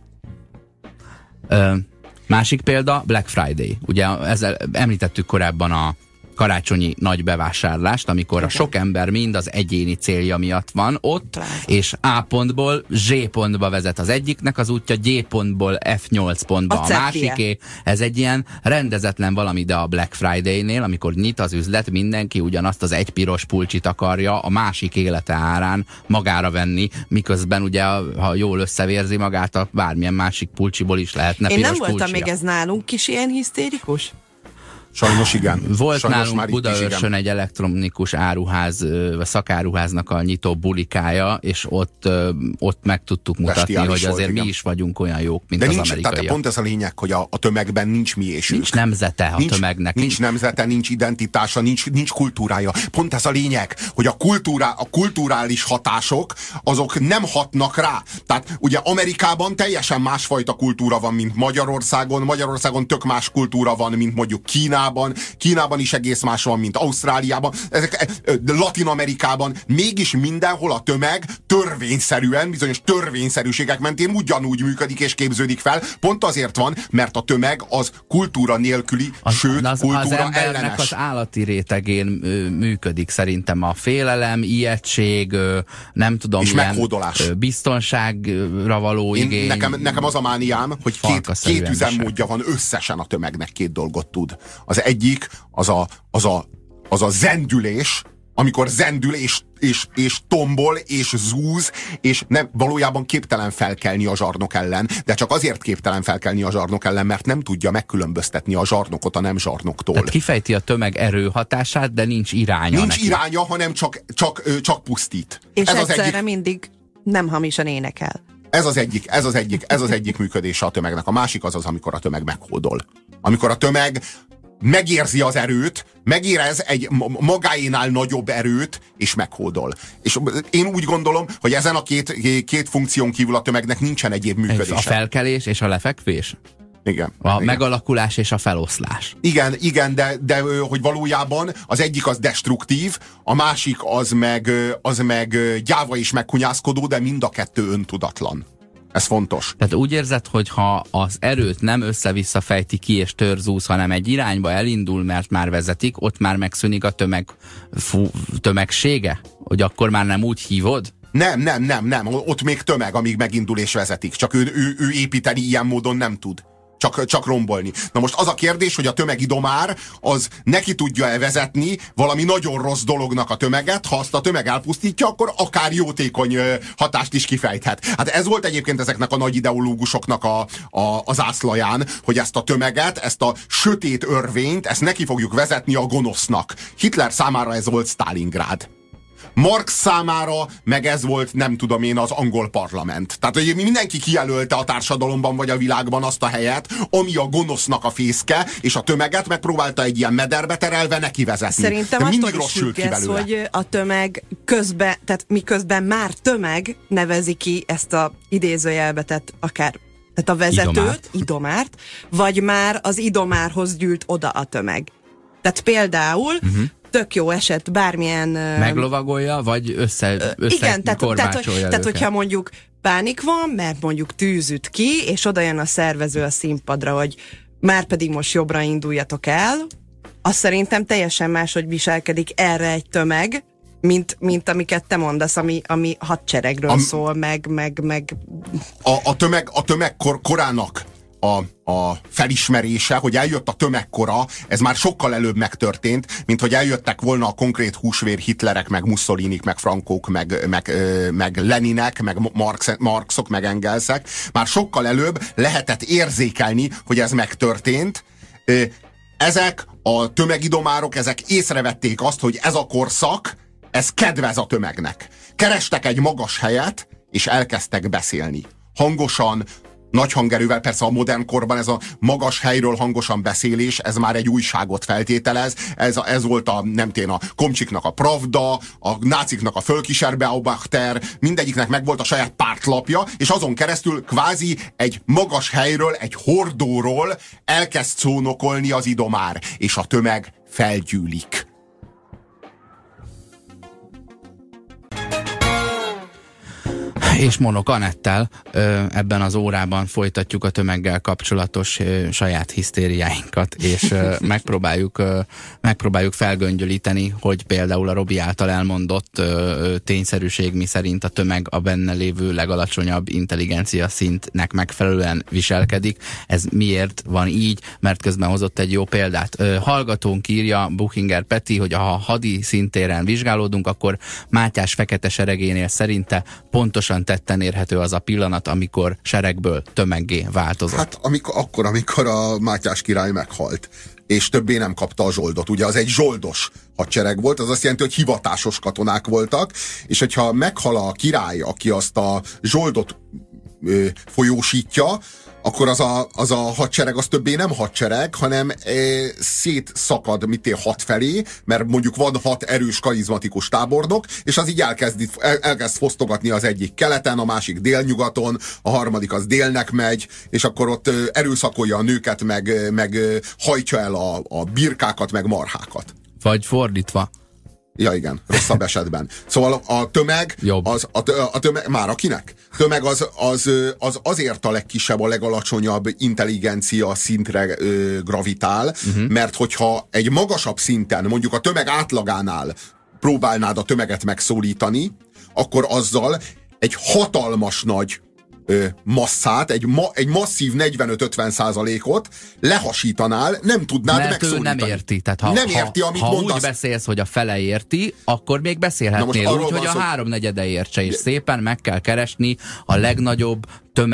Másik példa Black Friday. Ugye ezzel említettük korábban a karácsonyi nagy bevásárlást, amikor a sok ember mind az egyéni célja miatt van ott, és A pontból Z pontba vezet az egyiknek az útja, G pontból F8 pontba a másiké. Ez egy ilyen rendezetlen valami, de a Black Friday-nél, amikor nyit az üzlet, mindenki ugyanazt az egy piros pulcsit akarja a másik élete árán magára venni, miközben ugye, ha jól összevérzi magát, a bármilyen másik pulcsiból is lehetne piros pulcsia. Én nem voltam még ez nálunk is ilyen hisztérikus? Sajnos igen. Volt Sajnos nálunk Budaörsön egy elektronikus áruház, vagy szakáruháznak a nyitó bulikája, és ott meg tudtuk mutatni, hogy azért mi is vagyunk olyan jók, mint az amerikaiak. Tehát pont ez a lényeg, hogy a tömegben nincs miésük. Nincs nemzete a tömegnek. Nincs nemzete, nincs identitása, nincs kultúrája. Pont ez a lényeg, hogy a kulturális hatások, azok nem hatnak rá. Tehát ugye Amerikában teljesen másfajta kultúra van, mint Magyarországon. Magyarországon tök más kultúra van, mint mondjuk Kínában, Kínában is egész más van, mint Ausztráliában, Latin-Amerikában, mégis mindenhol a tömeg törvényszerűen, bizonyos törvényszerűségek mentén ugyanúgy működik és képződik fel. Pont azért van, mert a tömeg az kultúra nélküli, sőt, kultúra az embernek ellenes. az állati rétegén működik szerintem a félelem, ijegység, nem tudom, és meghódolás. Biztonságra való igény. Nekem az a mániám, hogy két üzemmódja van összesen a tömegnek, két dolgot tud. Az egyik az a zendülés, amikor zendül és tombol, és zúz, és nem, valójában képtelen felkelni a zsarnok ellen, de csak azért képtelen felkelni a zsarnok ellen, mert nem tudja megkülönböztetni a zsarnokot a nem zsarnoktól. Tehát kifejti a tömeg erőhatását, de nincs iránya. Nincs iránya, hanem csak pusztít. És ez egyszerre egyik... mindig nem hamisan énekel. Ez az egyik működése a tömegnek. A másik az, amikor a tömeg meghódol. Amikor a tömeg megérzi az erőt, megérez egy magáénál nagyobb erőt, és meghódol. És én úgy gondolom, hogy ezen a két funkción kívül a tömegnek nincsen egyéb működése. A felkelés és a lefekvés? Igen. A megalakulás és a feloszlás. Igen, de hogy valójában az egyik az destruktív, a másik az meg gyáva és megkunyászkodó, de mind a kettő öntudatlan. Ez fontos. Tehát úgy érzed, hogy ha az erőt nem össze-vissza fejti ki és törzúz, hanem egy irányba elindul, mert már vezetik, ott már megszűnik a tömegsége? Hogy akkor már nem úgy hívod? Nem. Ott még tömeg, amíg megindul és vezetik. Csak ő építeni ilyen módon nem tud. Csak rombolni. Na most az a kérdés, hogy a tömegidomár az neki tudja-e vezetni valami nagyon rossz dolognak a tömeget, ha azt a tömeg elpusztítja, akkor akár jótékony hatást is kifejthet. Hát ez volt egyébként ezeknek a nagy ideológusoknak az ászlaján, hogy ezt a tömeget, ezt a sötét örvényt, ezt neki fogjuk vezetni a gonosznak. Hitler számára ez volt Sztálingrád. Marx számára meg ez volt, nem tudom én, az angol parlament. Tehát, hogy mindenki kijelölte a társadalomban vagy a világban azt a helyet, ami a gonosznak a fészke, és a tömeget megpróbálta egy ilyen mederbe terelve neki vezetni. Szerintem attól is függ ez, hogy a tömeg közben, tehát miközben már tömeg nevezi ki ezt a idézőjelbe, tehát akár tehát a vezetőt, idomárt, vagy már az idomárhoz gyűlt oda a tömeg. Tehát például tök jó eset bármilyen... Meglovagolja, vagy igen, tehát hogyha mondjuk pánik van, mert mondjuk tűz üt ki, és oda jön a szervező a színpadra, hogy már pedig most jobbra induljatok el, az szerintem teljesen máshogy viselkedik erre egy tömeg, mint amiket te mondasz, ami hadseregről szól, meg... A tömeg korának a felismerése, hogy eljött a tömegkora, ez már sokkal előbb megtörtént, mint hogy eljöttek volna a konkrét húsvér Hitlerek, meg Mussolinik, meg Frankók, meg Leninek, meg Marxok, meg Engelsek. Már sokkal előbb lehetett érzékelni, hogy ez megtörtént. Ezek a tömegidomárok, ezek észrevették azt, hogy ez a korszak, ez kedvez a tömegnek. Kerestek egy magas helyet, és elkezdtek beszélni. Hangosan, nagy hangerővel, persze a modern korban ez a magas helyről hangosan beszélés, ez már egy újságot feltételez, ez volt a Komcsiknak a Pravda, a náciknak a Völkischer-Beobachter, mindegyiknek megvolt a saját pártlapja, és azon keresztül kvázi egy magas helyről, egy hordóról elkezd szónokolni az idomár, és a tömeg felgyűlik. És Monok Anettel ebben az órában folytatjuk a tömeggel kapcsolatos saját hisztériáinkat, és megpróbáljuk felgöngyölíteni, hogy például a Robi által elmondott tényszerűség, miszerint a tömeg a benne lévő legalacsonyabb intelligencia szintnek megfelelően viselkedik. Ez miért van így? Mert közben hozott egy jó példát. Hallgatónk írja, Buchinger Peti, hogy ha hadi szintéren vizsgálódunk, akkor Mátyás fekete seregénél szerinte pontosan tetten érhető az a pillanat, amikor seregből tömeggé változott. Hát amikor a Mátyás király meghalt, és többé nem kapta a zsoldot. Ugye az egy zsoldos hadsereg volt, az azt jelenti, hogy hivatásos katonák voltak, és hogyha meghal a király, aki azt a zsoldot folyósítja, akkor az a hadsereg az többé nem hadsereg, hanem szétszakad 6 felé, mert mondjuk van 6 erős, karizmatikus tábornok, és az így elkezd fosztogatni az egyik keleten, a másik délnyugaton, a harmadik az délnek megy, és akkor ott erőszakolja a nőket, meg hajtja el a birkákat, meg marhákat. Vagy fordítva. Ja igen, rosszabb esetben. Szóval a tömeg, a tömeg már akinek? Tömeg az azért a legkisebb, a legalacsonyabb intelligencia szintre gravitál, mert hogyha egy magasabb szinten, mondjuk a tömeg átlagánál próbálnád a tömeget megszólítani, akkor azzal egy hatalmas nagy masszát, egy masszív 45-50%-ot lehasítanál, nem tudnád megszólítani. Mert ő nem érti. Tehát nem érti, amit mondasz. Úgy beszélsz, hogy a fele érti, akkor még beszélhetnél úgy, hogy a háromnegyede értse, és szépen meg kell keresni a legnagyobb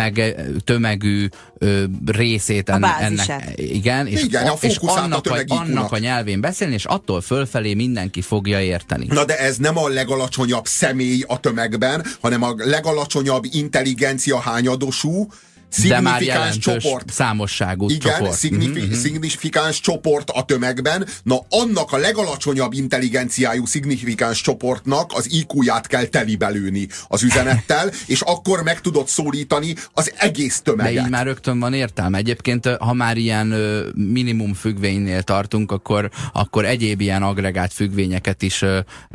tömegű részét ennek. Igen, és annak a nyelvén beszélni, és attól fölfelé mindenki fogja érteni. Na de ez nem a legalacsonyabb személy a tömegben, hanem a legalacsonyabb intelligencia hányadosú, szignifikáns csoport. Számosságú csoport. Szignifikáns csoport a tömegben. Na, annak a legalacsonyabb intelligenciájú szignifikáns csoportnak az IQ-ját kell telibelőni az üzenettel, és akkor meg tudod szólítani az egész tömeget. De így már rögtön van értelme. Egyébként, ha már ilyen minimum függvénynél tartunk, akkor egyéb ilyen agregát függvényeket is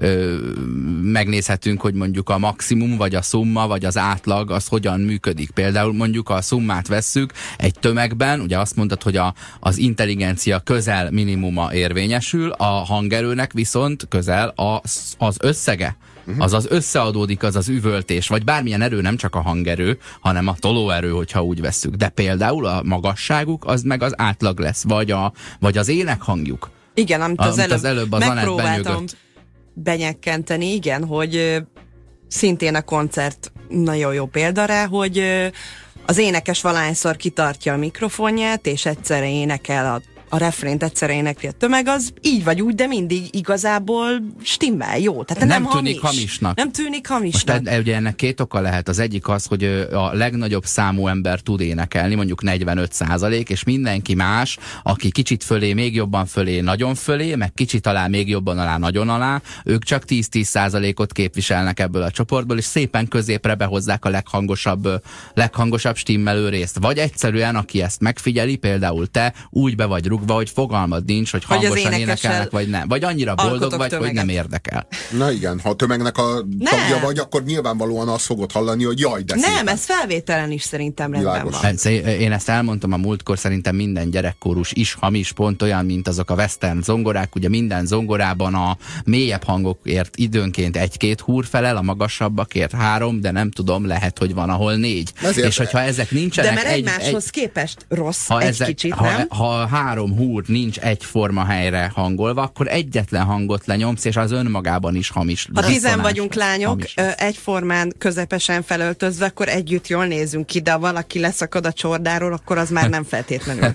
megnézhetünk, hogy mondjuk a maximum, vagy a szumma, vagy az átlag, az hogyan működik. Például mondjuk a szummát vesszük egy tömegben, ugye azt mondtad, hogy az intelligencia közel minimuma érvényesül, a hangerőnek viszont közel az összege. Azaz összeadódik az üvöltés, vagy bármilyen erő, nem csak a hangerő, hanem a tolóerő, hogyha úgy vesszük. De például a magasságuk, az meg az átlag lesz, vagy az énekhangjuk. Igen, amit az előbb az megpróbáltam benyekkenteni, igen, hogy szintén a koncert nagyon jó példa rá, hogy az énekes valahányszor kitartja a mikrofonját, és egyszerre énekel a refrént, egyszerre énekli a tömeg, az így vagy úgy, de mindig igazából stimmel, jó. Tehát nem tűnik hamisnak. Nem tűnik hamisnak. Most ugye ennek két oka lehet. Az egyik az, hogy a legnagyobb számú ember tud énekelni, mondjuk 45%, és mindenki más, aki kicsit fölé, még jobban fölé, nagyon fölé, meg kicsit alá, még jobban alá, nagyon alá, ők csak 10-10%-ot képviselnek ebből a csoportból, és szépen középre behozzák a leghangosabb stimmelő részt. Vagy egyszerűen, aki ezt megfigyeli, például te, úgy be vagy rúgva, hogy fogalmad nincs, hogy hangosan énekelnek, vagy nem. Vagy annyira boldog vagy, hogy nem érdekel. Na igen, ha a tömegnek a tagja vagy, akkor nyilvánvalóan azt fogod hallani, hogy jaj, de szépen. Nem, ez felvételen is szerintem rendben van. Én ezt elmondtam a múltkor, szerintem minden gyerekkórus is hamis, pont olyan, mint azok a western zongorák, ugye minden zongorában a mélyebb hangokért időnként 1-2 húr felel, a magasabbakért 3, de nem tudom, lehet, hogy van, ahol 4. És hogyha ezek nincsenek... De mert egymáshoz képest rossz kicsit, nem? Ha 3 húr nincs egyforma helyre hangolva, akkor egyetlen hangot lenyomsz, és az önmagában is hamis. Ha 10 vagyunk lányok, egyformán közepesen felöltözve, akkor együtt jól nézünk ki, de ha valaki leszakad a csordáról, akkor az már nem feltétlenül.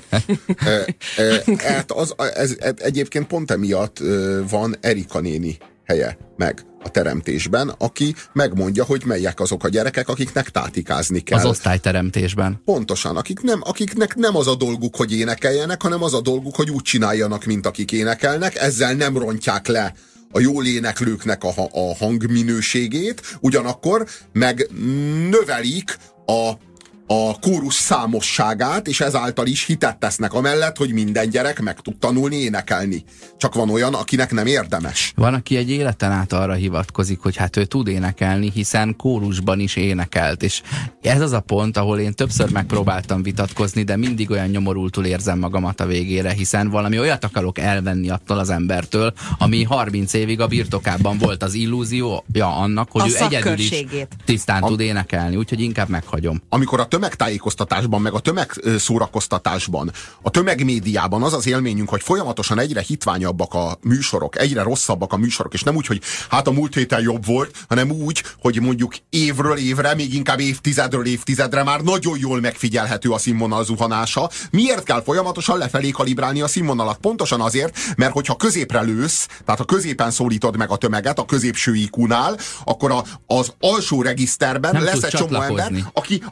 Ez egyébként pont emiatt van Erika néni helye meg a teremtésben, aki megmondja, hogy melyek azok a gyerekek, akiknek tátikázni kell. Az osztályteremtésben. Pontosan, akiknek nem az a dolguk, hogy énekeljenek, hanem az a dolguk, hogy úgy csináljanak, mint akik énekelnek, ezzel nem rontják le a jól éneklőknek a hangminőségét, ugyanakkor meg növelik a kórus számosságát, és ezáltal is hitet tesznek amellett, hogy minden gyerek meg tud tanulni énekelni. Csak van olyan, akinek nem érdemes. Van, aki egy életen át arra hivatkozik, hogy hát ő tud énekelni, hiszen kórusban is énekelt, és ez az a pont, ahol én többször megpróbáltam vitatkozni, de mindig olyan nyomorultul érzem magamat a végére, hiszen valami olyat akarok elvenni attól az embertől, ami 30 évig a birtokában volt, az illúziója annak, hogy ő egyedül is tisztán tud énekelni, úgyhogy inkább meghagyom. Amikor a tömegtájékoztatásban, meg a tömegszórakoztatásban, a tömegmédiában az az élményünk, hogy folyamatosan egyre hitványabbak a műsorok, egyre rosszabbak a műsorok, és nem úgy, hogy hát a múlt héten jobb volt, hanem úgy, hogy mondjuk évről évre, még inkább évtizedről évtizedre már nagyon jól megfigyelhető a színvonal zuhanása. Miért kell folyamatosan lefelé kalibrálni a színvonalat? Pontosan azért, mert hogyha középre lősz, tehát ha középen szólítod meg a tömeget, a középső IQ-nál, akkor az alsó regiszterben nem lesz egy csomó ember, aki egyszerűen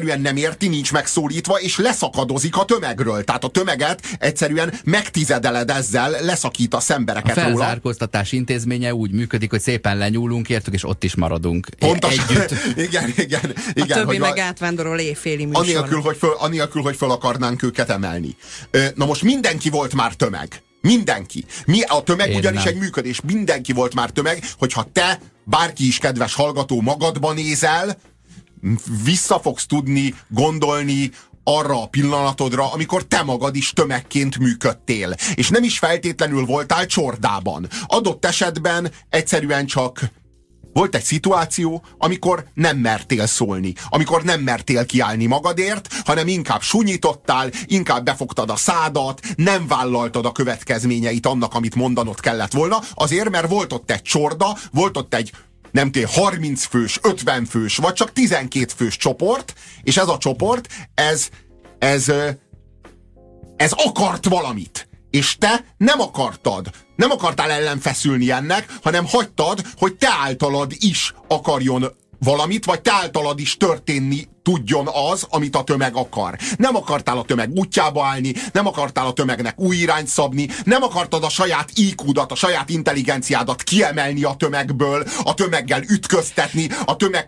egyszerűen nem érti, nincs megszólítva, és leszakadozik a tömegről. Tehát a tömeget egyszerűen megtizedeled ezzel, leszakítasz embereket róla. A felzárkóztatás intézménye úgy működik, hogy szépen lenyúlunk értük, és ott is maradunk. Pontosan. Együtt. Igen. A többi meg átvándorol éjféli műsorban. Anélkül, hogy föl akarnánk őket emelni. Na most mindenki volt már tömeg. Mindenki. A tömeg Én ugyanis nem. egy működés. Mindenki volt már tömeg, hogyha te, bárki is kedves hallgató, magadba nézel, vissza fogsz tudni gondolni arra a pillanatodra, amikor te magad is tömegként működtél. És nem is feltétlenül voltál csordában. Adott esetben egyszerűen csak volt egy szituáció, amikor nem mertél szólni, amikor nem mertél kiállni magadért, hanem inkább sunyítottál, inkább befogtad a szádat, nem vállaltad a következményeit annak, amit mondanod kellett volna, azért, mert volt ott egy csorda, volt ott egy 30 fős, 50 fős, vagy csak 12 fős csoport, és ez a csoport, ez akart valamit. És te nem akartad. Nem akartál ellenfeszülni ennek, hanem hagytad, hogy te általad is akarjon valamit, vagy te általad is történni tudjon az, amit a tömeg akar. Nem akartál a tömeg útjába állni, nem akartál a tömegnek új irányt szabni, nem akartad a saját IQ-dat, a saját intelligenciádat kiemelni a tömegből, a tömeggel ütköztetni, a tömeg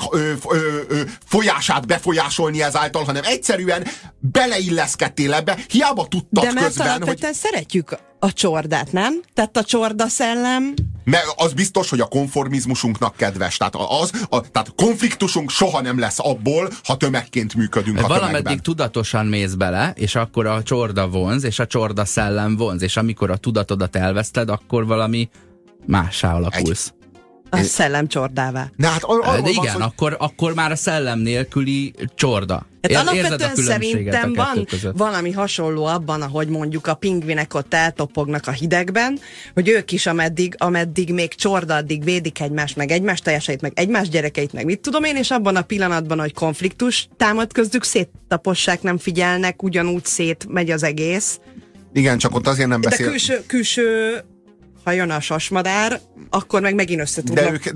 folyását befolyásolni ezáltal, hanem egyszerűen beleilleszkedtél ebbe, hiába tudtad de mert közben, alapvetően szeretjük a csordát, nem? Tehát a csorda szellem... Mert az biztos, hogy a konformizmusunknak kedves. Tehát konfliktusunk soha nem lesz abból, ha tömegként működünk a tömegben. Valameddig tudatosan mész bele, és akkor a csorda vonz, és a csorda szellem vonz, és amikor a tudatodat elveszted, akkor valami mássá alakulsz. A szellem csordává. De igen, akkor már a szellem nélküli csorda. Hát Érzed a alapvetően különbséget szerintem a kettő van között? valami hasonló abban, ahogy mondjuk a pingvinek ott eltopognak a hidegben, hogy ők is ameddig még csorda, addig védik egymást, meg egymás teljeseit, meg egymás gyerekeit, meg mit tudom én, és abban a pillanatban, hogy konfliktus támad köztük, széttapossák, nem figyelnek, ugyanúgy szétmegy az egész. Igen, csak ott azért nem beszél. De külső ha jön a sasmadár, akkor meg megint össze tudnak.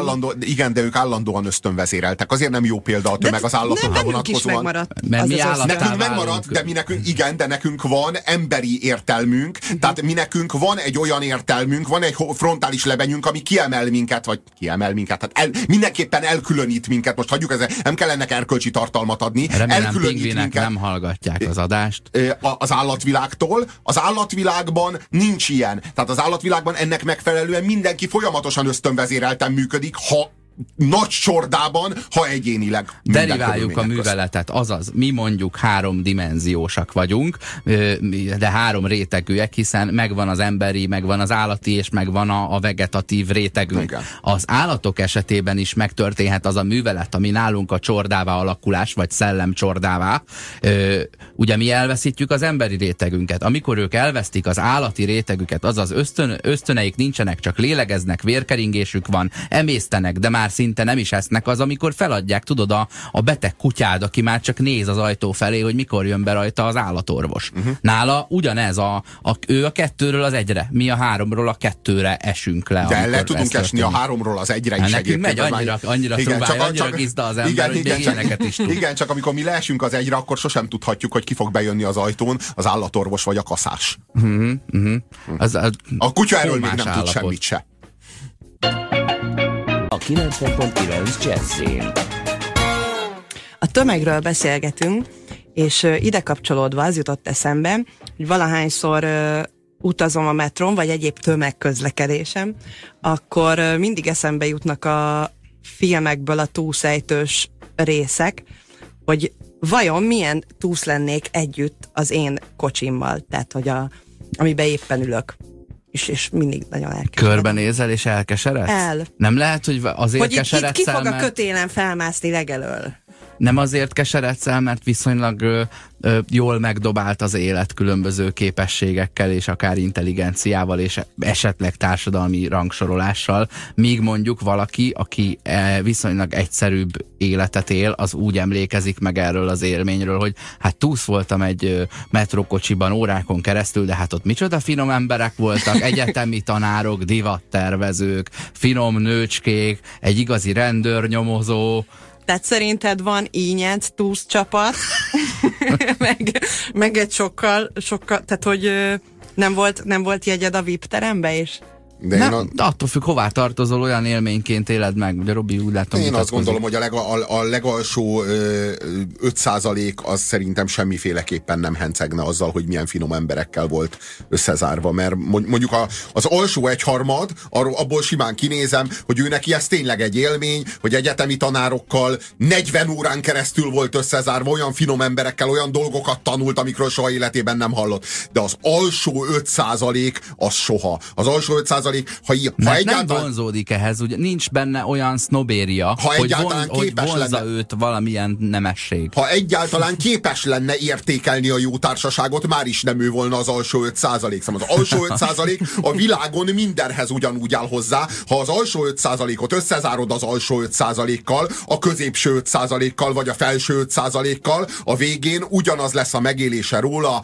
De ők állandóan ösztönvezéreltek. Azért nem jó példa a tömeg az állatokra vonatkozóan. Mert mi nekünk megmaradt, de nekünk van emberi értelmünk, tehát nekünk van egy olyan értelmünk, van egy frontális lebenyünk, ami kiemel minket, tehát mindenképpen elkülönít minket. Most hagyjuk ezzel, nem kell ennek erkölcsi tartalmat adni. Remélem pingvinek nem hallgatják az adást. Az állatvilágtól. Az állatvilágban nincs ilyen. Tehát az állatvilágban ennek megfelelően mindenki folyamatosan ösztönvezérelten működik, ha nagy csordában, ha egyénileg. Deriváljuk a műveletet, azaz mi mondjuk 3-dimenziósak vagyunk, de 3 rétegűek, hiszen megvan az emberi, megvan az állati, és megvan a vegetatív rétegünk. Igen. Az állatok esetében is megtörténhet az a művelet, ami nálunk a csordává alakulás, vagy szellemcsordává. Ugye mi elveszítjük az emberi rétegünket. Amikor ők elvesztik az állati rétegüket, azaz ösztöneik nincsenek, csak lélegeznek, vérkeringésük van, emésztenek, de már szinte nem is esznek, az, amikor feladják, tudod, a beteg kutyád, aki már csak néz az ajtó felé, hogy mikor jön be rajta az állatorvos. Nála ugyanez, ő a 2-ről az 1-re, mi a 3-ról a 2-re esünk le. De le tudunk esni a 3-ról az 1-re is. Nekünk megy annyira trubálja, annyira gizda az ember, hogy még ilyeneket is tud. Igen, csak amikor mi leesünk az 1-re, akkor sosem tudhatjuk, hogy ki fog bejönni az ajtón, az állatorvos vagy a kaszás. A kutya erről még nem tud semmit se. A 90.9 Jazzin. A tömegről beszélgetünk, és ide kapcsolódva az jutott eszembe, hogy valahányszor utazom a metrón, vagy egyéb tömegközlekedésem, akkor mindig eszembe jutnak a filmekből a túlszejtős részek, hogy vajon milyen túsz lennék együtt az én kocsimmal, tehát hogy amiben éppen ülök. És mindig nagyon elkeseredem. Körbenézel és elkeseredsz? Nem lehet, hogy azért hogy keseredsz itt ki fog el, a kötélen felmászni legelől? Nem azért keseredsz el, mert viszonylag jól megdobált az élet különböző képességekkel, és akár intelligenciával, és esetleg társadalmi rangsorolással, míg mondjuk valaki, aki viszonylag egyszerűbb életet él, az úgy emlékezik meg erről az élményről, hogy hát túsz voltam egy metrókocsiban órákon keresztül, de hát ott micsoda finom emberek voltak, egyetemi tanárok, divattervezők, finom nőcskék, egy igazi rendőrnyomozó, Tehát szerinted van Ínyenc Túsz csapat, meg egy sokkal, tehát hogy nem volt jegyed a VIP terembe is? De attól függ, hová tartozol, olyan élményként éled meg. Ugye Robi úgy látom, én azt gondolom, hogy a legalsó 5% az szerintem semmiféleképpen nem hencegne azzal, hogy milyen finom emberekkel volt összezárva, mert mondjuk az alsó egyharmad, abból simán kinézem, hogy ő neki ez tényleg egy élmény, hogy egyetemi tanárokkal 40 órán keresztül volt összezárva, olyan finom emberekkel, olyan dolgokat tanult, amikről soha életében nem hallott. De az alsó 5% az soha. Az alsó 5% ha nem vonzódik ehhez, ugye nincs benne olyan sznobéria, hogy vonzza őt valamilyen nemesség. Ha egyáltalán képes lenne értékelni a jó társaságot, már is nem ő volna az alsó 5%. Szóval az alsó 5% a világon mindenhez ugyanúgy áll hozzá. Ha az alsó 5%-ot összezárod az alsó 5%-kal, a középső 5%-kal, vagy a felső 5%-kal, a végén ugyanaz lesz a megélése róla.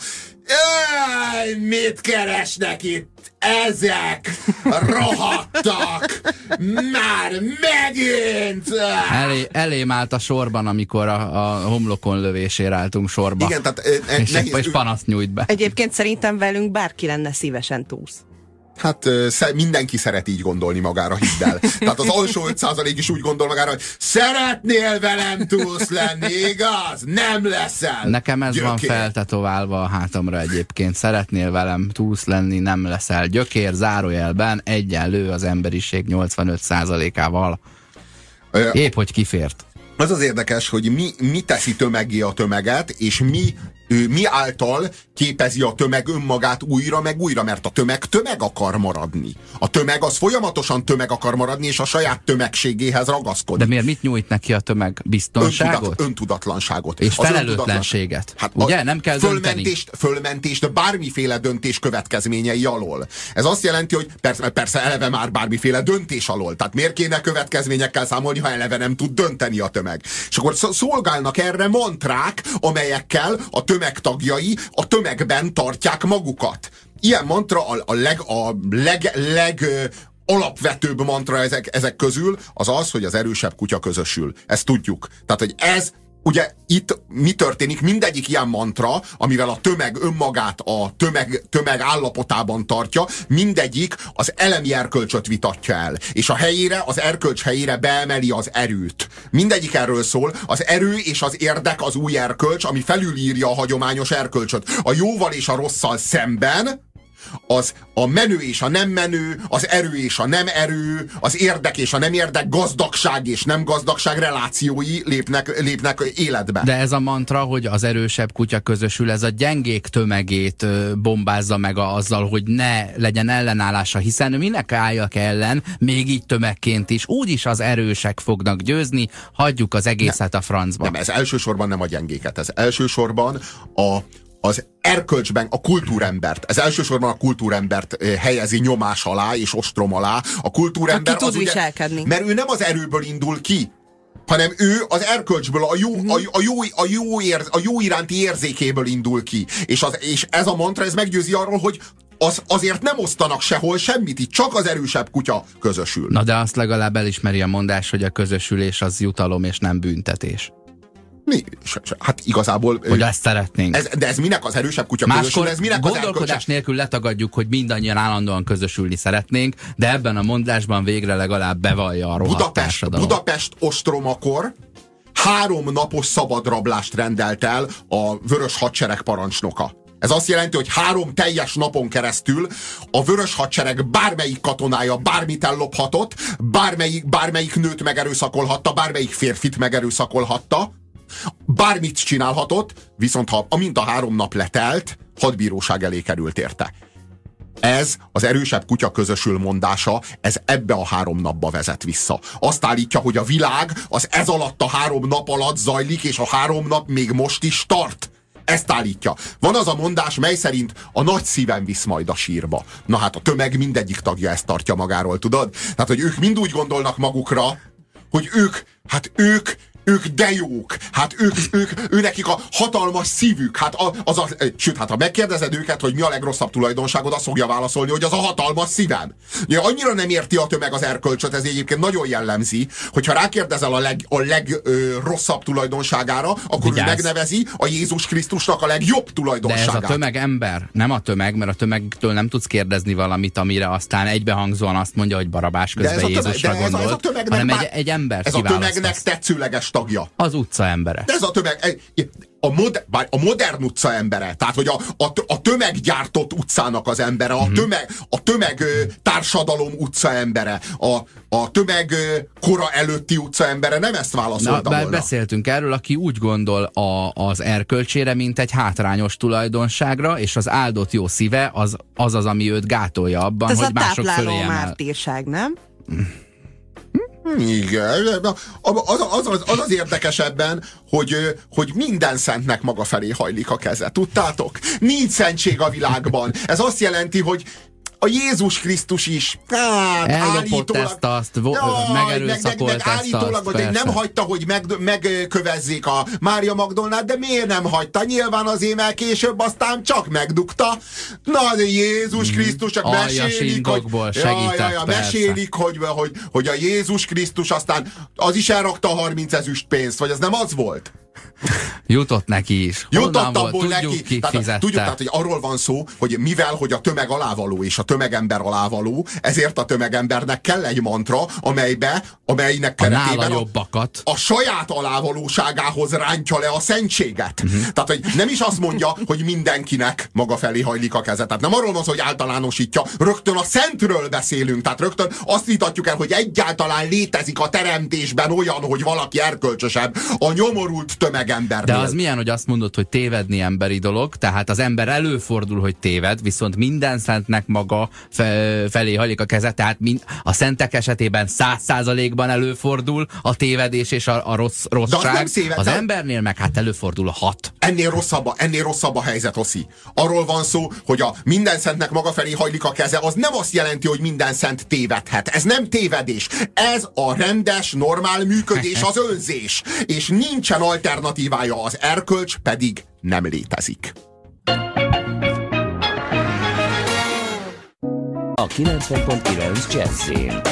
Mit keresnek itt ezek? Rohadtak! Már megint! Elém állt a sorban, amikor a homlokon lövésére álltunk sorba. Igen, tehát és panaszt nyújt be. Egyébként szerintem velünk bárki lenne szívesen Túsz. Hát mindenki szeret így gondolni magára, hidd el. Tehát az alsó 5% is úgy gondol magára, hogy szeretnél velem Túsz lenni, igaz? Nem leszel. Nekem ez van feltetoválva a hátamra egyébként. Szeretnél velem Túsz lenni, nem leszel. Gyökér zárójelben egyenlő az emberiség 85%-ával. Épp hogy kifért. Az az érdekes, hogy mi teszi tömeggé a tömeget, és mi által képezi a tömeg önmagát újra meg újra, mert a tömeg akar maradni. A tömeg az folyamatosan tömeg akar maradni, és a saját tömegségéhez ragaszkodik. De miért mit nyújt neki a tömeg? Biztonságot? Öntudatlanságot. És felelőtlenséget. Hát ugye? Nem kell dönteni. Fölmentést bármiféle döntés következményei alól. Ez azt jelenti, hogy persze eleve már bármiféle döntés alól. Tehát miért kéne következményekkel számolni, ha eleve nem tud dönteni a tömeg? És akkor szolgálnak erre mantrák, amelyekkel a tömeg tagjai a tömegben tartják magukat. Ilyen mantra a leg alapvetőbb mantra ezek közül az, hogy az erősebb kutya közösül. Ezt tudjuk. Tehát, hogy ez ugye itt mi történik? Mindegyik ilyen mantra, amivel a tömeg önmagát a tömeg állapotában tartja, mindegyik az elemi erkölcsöt vitatja el. És a helyére, az erkölcs helyére beemeli az erőt. Mindegyik erről szól. Az erő és az érdek az új erkölcs, ami felülírja a hagyományos erkölcsöt. A jóval és a rosszal szemben az a menő és a nem menő, az erő és a nem erő, az érdek és a nem érdek, gazdagság és nem gazdagság relációi lépnek életbe. De ez a mantra, hogy az erősebb kutya közösül, ez a gyengék tömegét bombázza meg azzal, hogy ne legyen ellenállása, hiszen minek álljak ellen, még így tömegként is, úgyis az erősek fognak győzni, hagyjuk az egészet a francba. Nem, ez elsősorban nem a gyengéket, ez elsősorban az erkölcsben a kultúrembert, ez elsősorban a kultúrembert helyezi nyomás alá és ostrom alá. A kultúrember aki tud viselkedni. Mert ő nem az erőből indul ki, hanem ő az erkölcsből, a jó iránti érzékéből indul ki. És ez a mantra, ez meggyőzi arról, hogy azért nem osztanak sehol semmit, itt csak az erősebb kutya közösül. Na de azt legalább elismeri a mondás, hogy a közösülés az jutalom és nem büntetés. Hát igazából... Hogy ezt szeretnénk. De ez minek az erősebb kutya közösül? Ez minek gondolkodás nélkül letagadjuk, hogy mindannyian állandóan közösülni szeretnénk, de ebben a mondásban végre legalább bevallja a rohadt társadalom. Budapest ostromakor 3 napos szabadrablást rendelt el a Vörös Hadsereg parancsnoka. Ez azt jelenti, hogy 3 teljes napon keresztül a Vörös Hadsereg bármelyik katonája bármit ellophatott, bármelyik nőt megerőszakolhatta, bármelyik férfit megerőszakolhatta, bármit csinálhatott, viszont amint a 3 nap letelt, hadbíróság elé került érte. Ez az erősebb kutya közösül mondása, ez ebbe a 3 napba vezet vissza. Azt állítja, hogy a világ az ez alatt a 3 nap alatt zajlik, és a 3 nap még most is tart. Ezt állítja. Van az a mondás, mely szerint a nagy szívem visz majd a sírba. Na hát a tömeg mindegyik tagja ezt tartja magáról, tudod? Tehát, hogy ők mind úgy gondolnak magukra, hogy ők ők de jók, hát ő nekik a hatalmas szívük, hát sőt, hát ha megkérdezed őket, hogy mi a legrosszabb tulajdonságod, azt fogja válaszolni, hogy az a hatalmas szívem. Ja, annyira nem érti a tömeg az erkölcsöt, ez egyébként nagyon jellemzi, hogyha rákérdezel a legrosszabb tulajdonságára, akkor ő megnevezi a Jézus Krisztusnak a legjobb tulajdonságát. De ez a tömeg ember, nem a tömeg, mert a tömegtől nem tudsz kérdezni valamit, amire aztán egybehangzóan azt mondja, hogy Barabás közben Jézusra gondolt, hanem egy ember ez a tömegnek tetszőleges tagja. Az utca embere. De ez a tömeg... A modern utca embere, tehát hogy a tömeggyártott utcának az embere, a tömeg társadalom utca embere, a tömeg kora előtti utca embere, nem ezt válaszolta volna. Beszéltünk erről, aki úgy gondol az erkölcsére, mint egy hátrányos tulajdonságra, és az áldott jó szíve az, ami őt gátolja abban, hogy mások fölé emel. Ez a tápláló mártírság, nem? Igen, az érdekes ebben, hogy minden szentnek maga felé hajlik a keze. Tudtátok? Nincs szentség a világban. Ez azt jelenti, hogy a Jézus Krisztus is ellopott ezt-azt, megerőszakolt állítólag, hogy nem hagyta, hogy megkövezzék a Mária Magdolnát, de miért nem hagyta? Nyilván azért, mert később aztán csak megdugta. Na, de Jézus Krisztus csak mesélik, hogy a Jézus Krisztus aztán az is elrakta a 30 ezüst pénzt, vagy az nem az volt? Jutott neki is. Jutott abból neki. Tudjuk, tehát, hogy arról van szó, hogy mivel, hogy a tömeg alávaló és a tömegember alávaló, ezért a tömegembernek kell egy mantra, amelynek keretében a saját alávalóságához rántja le a szentséget. Tehát, hogy nem is azt mondja, hogy mindenkinek maga felé hajlik a keze. Tehát nem arról van szó, hogy általánosítja, rögtön a szentről beszélünk, tehát rögtön azt vitatjuk el, hogy egyáltalán létezik a teremtésben olyan, hogy valaki erkölcsösebb a nyomorult tömegembernél. De az milyen, hogy azt mondod, hogy tévedni emberi dolog, tehát az ember előfordul, hogy téved, viszont minden szentnek maga felé hajlik a keze, tehát a szentek esetében 100%-ban előfordul a tévedés és a rosszság. Az embernél meg hát előfordul a 6. Ennél rosszabb a helyzet, Oszi. Arról van szó, hogy a minden szentnek maga felé hajlik a keze, az nem azt jelenti, hogy minden szent tévedhet. Ez nem tévedés. Ez a rendes, normál működés, az önzés. És nincsen alternatívája, az erkölcs pedig nem létezik. A 90.9 Jazzin.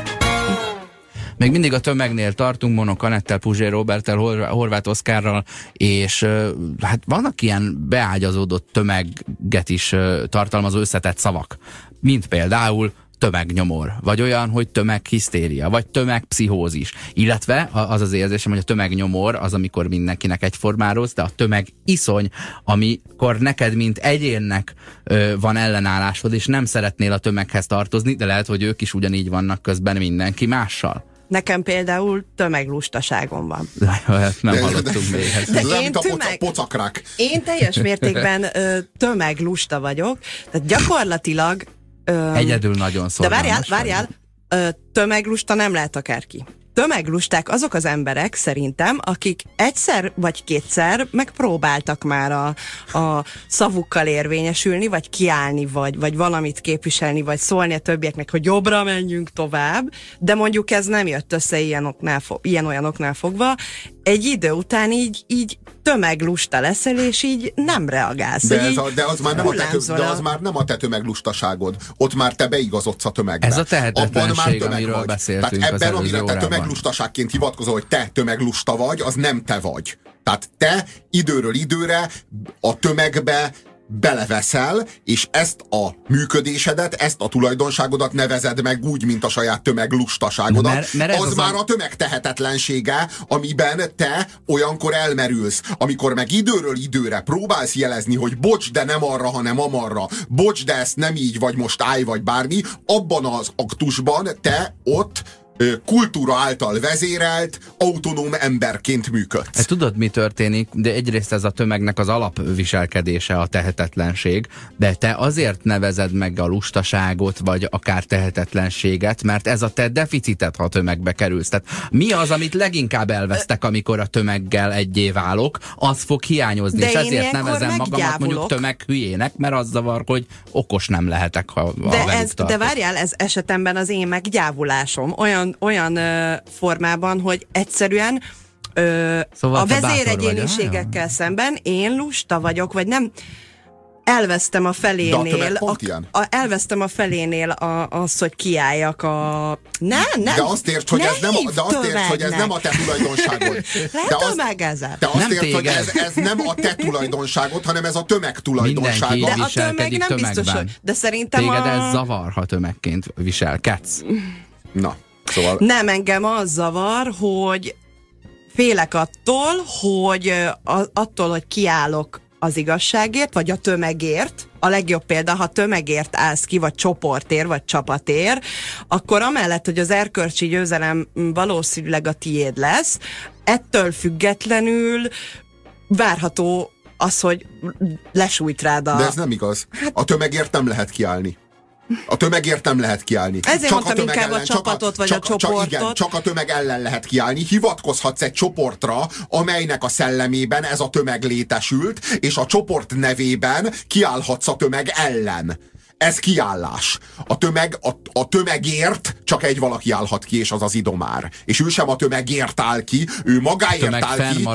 Még mindig a tömegnél tartunk, Monok Anettel, Puzsér Roberttel, Horváth Oszkárral, és hát vannak ilyen beágyazódott tömeget is tartalmazó összetett szavak, mint például tömegnyomor, vagy olyan, hogy tömeghisztéria, vagy tömegpszichózis. Illetve az az érzésem, hogy a tömegnyomor az, amikor mindenkinek egyformán rossz, de a tömegiszony, amikor neked, mint egyénnek van ellenállásod, és nem szeretnél a tömeghez tartozni, de lehet, hogy ők is ugyanígy vannak közben mindenki mással. Nekem például tömeglustaságom van. Nem hallottunk még ezt. Pocakrák. Én teljes mértékben tömeglusta vagyok, tehát gyakorlatilag egyedül nagyon szorgalmas. De várjál, tömeglusta nem lehet akárki. Tömeglusták azok az emberek szerintem, akik egyszer vagy kétszer megpróbáltak már a szavukkal érvényesülni, vagy kiállni, vagy valamit képviselni, vagy szólni a többieknek, hogy jobbra menjünk tovább, de mondjuk ez nem jött össze ilyen-olyan oknál fogva. Egy idő után így tömeglusta leszel, és így nem reagálsz. De az már nem a te tömeglustaságod. Ott már te beigazodsz a tömegbe. Ez a tehetetlenség, amiről beszéltünk. Tehát ebben, amire te tömeglustaságként hivatkozol, hogy te tömeglusta vagy, az nem te vagy. Tehát te időről időre a tömegbe beleveszel, és ezt a működésedet, ezt a tulajdonságodat nevezed meg úgy, mint a saját tömeglustaságodat. Mert az már a tömeg tehetetlensége, amiben te olyankor elmerülsz. Amikor meg időről időre próbálsz jelezni, hogy bocs, de nem arra, hanem amarra, bocs, de ezt nem így, vagy most állj, vagy bármi, abban az aktusban te ott kultúra által vezérelt, autonóm emberként működsz. Tudod, mi történik? De egyrészt ez a tömegnek az alapviselkedése a tehetetlenség, de te azért nevezed meg a lustaságot, vagy akár tehetetlenséget, mert ez a te deficitet, ha a tömegbe kerülsz. Tehát mi az, amit leginkább elvesztek, amikor a tömeggel egyé válok, az fog hiányozni, de és ezért nevezem magamat mondjuk tömeghülyének, mert az zavar, hogy okos nem lehetek, ha de várjál, ez esetemben az én meggyávulásom olyan formában, hogy egyszerűen Szóval a te bátor vezéregyéniségekkel szemben én lusta vagyok, vagy nem. Elvesztem a felénél, elvesztem a felénél azt, hogy kiálljak a... Nem. De azt értsd, hogy ez nem a te tulajdonságod. De azt értsd, hogy ez nem a te tulajdonságod, hanem ez a tömeg tulajdonsága. Mindenki de a viselkedik tömeg nem tömegben. biztos, hogy... De szerintem téged ez zavar, ha tömegként viselkedsz. Na, szóval... Nem, engem az zavar, hogy félek attól, hogy kiállok az igazságért, vagy a tömegért. A legjobb példa, ha tömegért állsz ki, vagy csoportért, vagy csapatért, akkor amellett, hogy az erkölcsi győzelem valószínűleg a tiéd lesz, ettől függetlenül várható az, hogy lesújt rád a... De ez nem igaz. A tömegért nem lehet kiállni. A tömegért nem lehet kiállni. Ezért csak mondtam inkább a csapatot, vagy a csoportot. Igen, csak a tömeg ellen lehet kiállni. Hivatkozhatsz egy csoportra, amelynek a szellemében ez a tömeg létesült, és a csoport nevében kiállhatsz a tömeg ellen. Ez kiállás. A tömegért csak egy valaki állhat ki, és az az idomár. És ő sem a tömegért áll ki, ő magáért áll ki.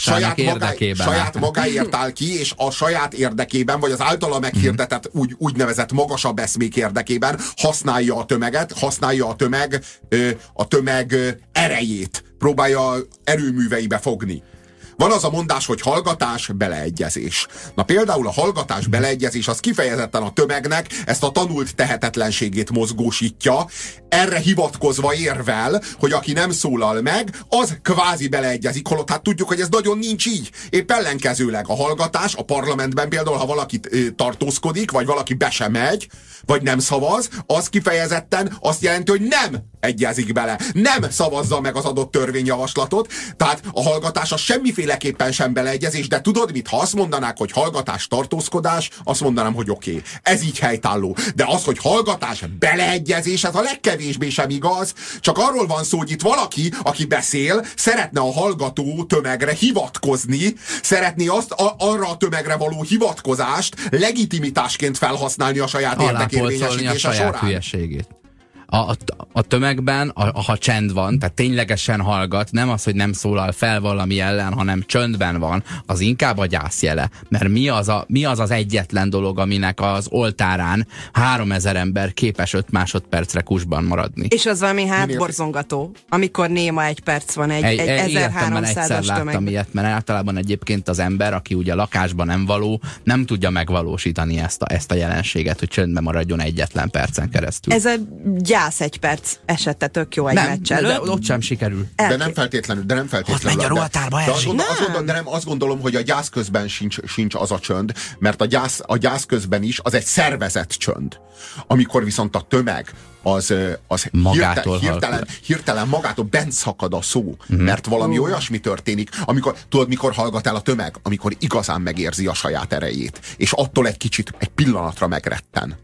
Saját magáért áll ki, és a saját érdekében, vagy az általa meghirdetett úgynevezett magasabb eszmék érdekében használja a tömeget, használja a tömeg erejét. Próbálja erőműveibe fogni. Van az a mondás, hogy hallgatás, beleegyezés. Na például a hallgatás, beleegyezés az kifejezetten a tömegnek ezt a tanult tehetetlenségét mozgósítja, erre hivatkozva érvel, hogy aki nem szólal meg, az kvázi beleegyezik, holott hát tudjuk, hogy ez nagyon nincs így. Épp ellenkezőleg a hallgatás, a parlamentben például, ha valaki tartózkodik, vagy valaki be sem megy, vagy nem szavaz, az kifejezetten azt jelenti, hogy nem egyezik bele. Nem szavazza meg az adott törvényjavaslatot, tehát a hallgatás az semmiféleképpen sem beleegyezés, de tudod mit? Ha azt mondanák, hogy hallgatás, tartózkodás, azt mondanám, hogy oké. Ez így helytálló. De az, hogy hallgatás, beleegyezés, ez a legkevésbé sem igaz, csak arról van szó, hogy itt valaki, aki beszél, szeretne a hallgató tömegre hivatkozni, szeretné arra a tömegre való hivatkozást legitimitásként felhasználni a saját érdekérvényesítése során. Hülyeségét. A tömegben, ha csend van, tehát ténylegesen hallgat, nem az, hogy nem szólal fel valami ellen, hanem csöndben van, az inkább a gyászjele. Mert mi az egyetlen dolog, aminek az oltárán 3000 ember képes 5 másodpercre kusban maradni. És az valami hátborzongató, amikor néma egy perc van egy 1300-as láttam ilyet, mert általában egyébként az ember, aki ugye lakásban nem való, nem tudja megvalósítani ezt a jelenséget, hogy csöndben maradjon egyetlen percen keresztül. Ez a gyász egy perc esete tök jó egy meccs előtt. De ott sem sikerül. De nem feltétlenül. Ott menj a ruhatárba esik. De azt gondolom, hogy a gyász közben sincs az a csönd, mert a gyász közben is az egy szervezett csönd. Amikor viszont a tömeg az hirtelen magától bent szakad a szó, mert valami olyasmi történik, mikor hallgat el a tömeg, amikor igazán megérzi a saját erejét, és attól egy pillanatra megretten.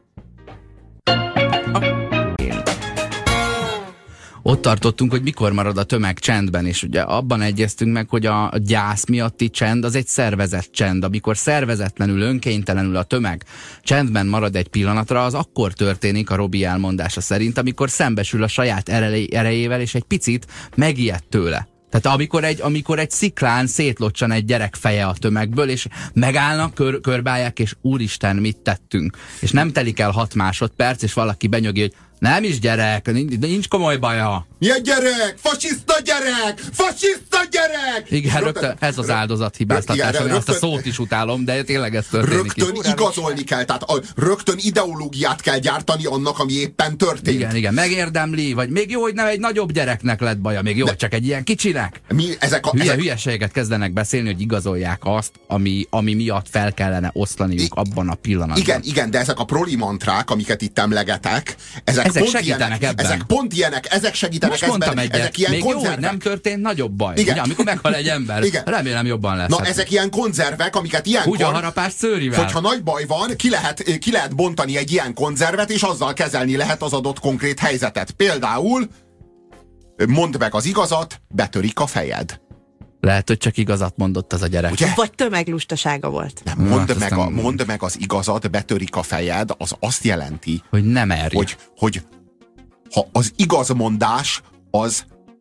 Ott tartottunk, hogy mikor marad a tömeg csendben, és ugye abban egyeztünk meg, hogy a gyász miatti csend az egy szervezett csend. Amikor szervezetlenül, önkénytelenül a tömeg csendben marad egy pillanatra, az akkor történik a Robi elmondása szerint, amikor szembesül a saját erejével, és egy picit megijed tőle. Tehát amikor egy sziklán szétlocsan egy gyerek feje a tömegből, és megállnak, körbálják, és úristen, mit tettünk. És nem telik el 6 másodperc, és valaki benyögi, hogy nem is gyerek, nincs komoly baja. Milyen gyerek? Fasiszta gyerek! Fasiszta gyerek! Igen, rögtön ez az áldozathibáztatás, ami azt a szót is utálom, de tényleg ez történik. Rögtön igazolni kell, tehát rögtön ideológiát kell gyártani annak, ami éppen történt. Igen, megérdemli, vagy még jó, hogy nem egy nagyobb gyereknek lett baja, még jó, hogy csak egy ilyen kicsinek. Hülyeségeket kezdenek beszélni, hogy igazolják azt, ami miatt fel kellene oszlaniuk abban a pillanatban. Igen, de ezek a proli mantrák, amiket itt emlegetek, ezek segítenek ebben. Ezek pont ilyenek, ezek segítenek most mondtam ezben. Egyet. Ezek ilyen még konzervek. Jó, hogy nem történt nagyobb baj. Igen. Ugye, amikor meghal egy ember, igen. Remélem jobban lesz. Na, ezek ilyen konzervek, amiket ilyenkor... Úgy a harapás szőrivel. Hogyha nagy baj van, ki lehet bontani egy ilyen konzervet, és azzal kezelni lehet az adott konkrét helyzetet. Például, mondd meg az igazat, betörik a fejed. Lehet, hogy csak igazat mondott az a gyerek. Ugye? Vagy tömeglustasága volt. Nem, mondd meg az igazat, betörik a fejed, az azt jelenti, hogy nem merj. Hogy ha az igazmondás az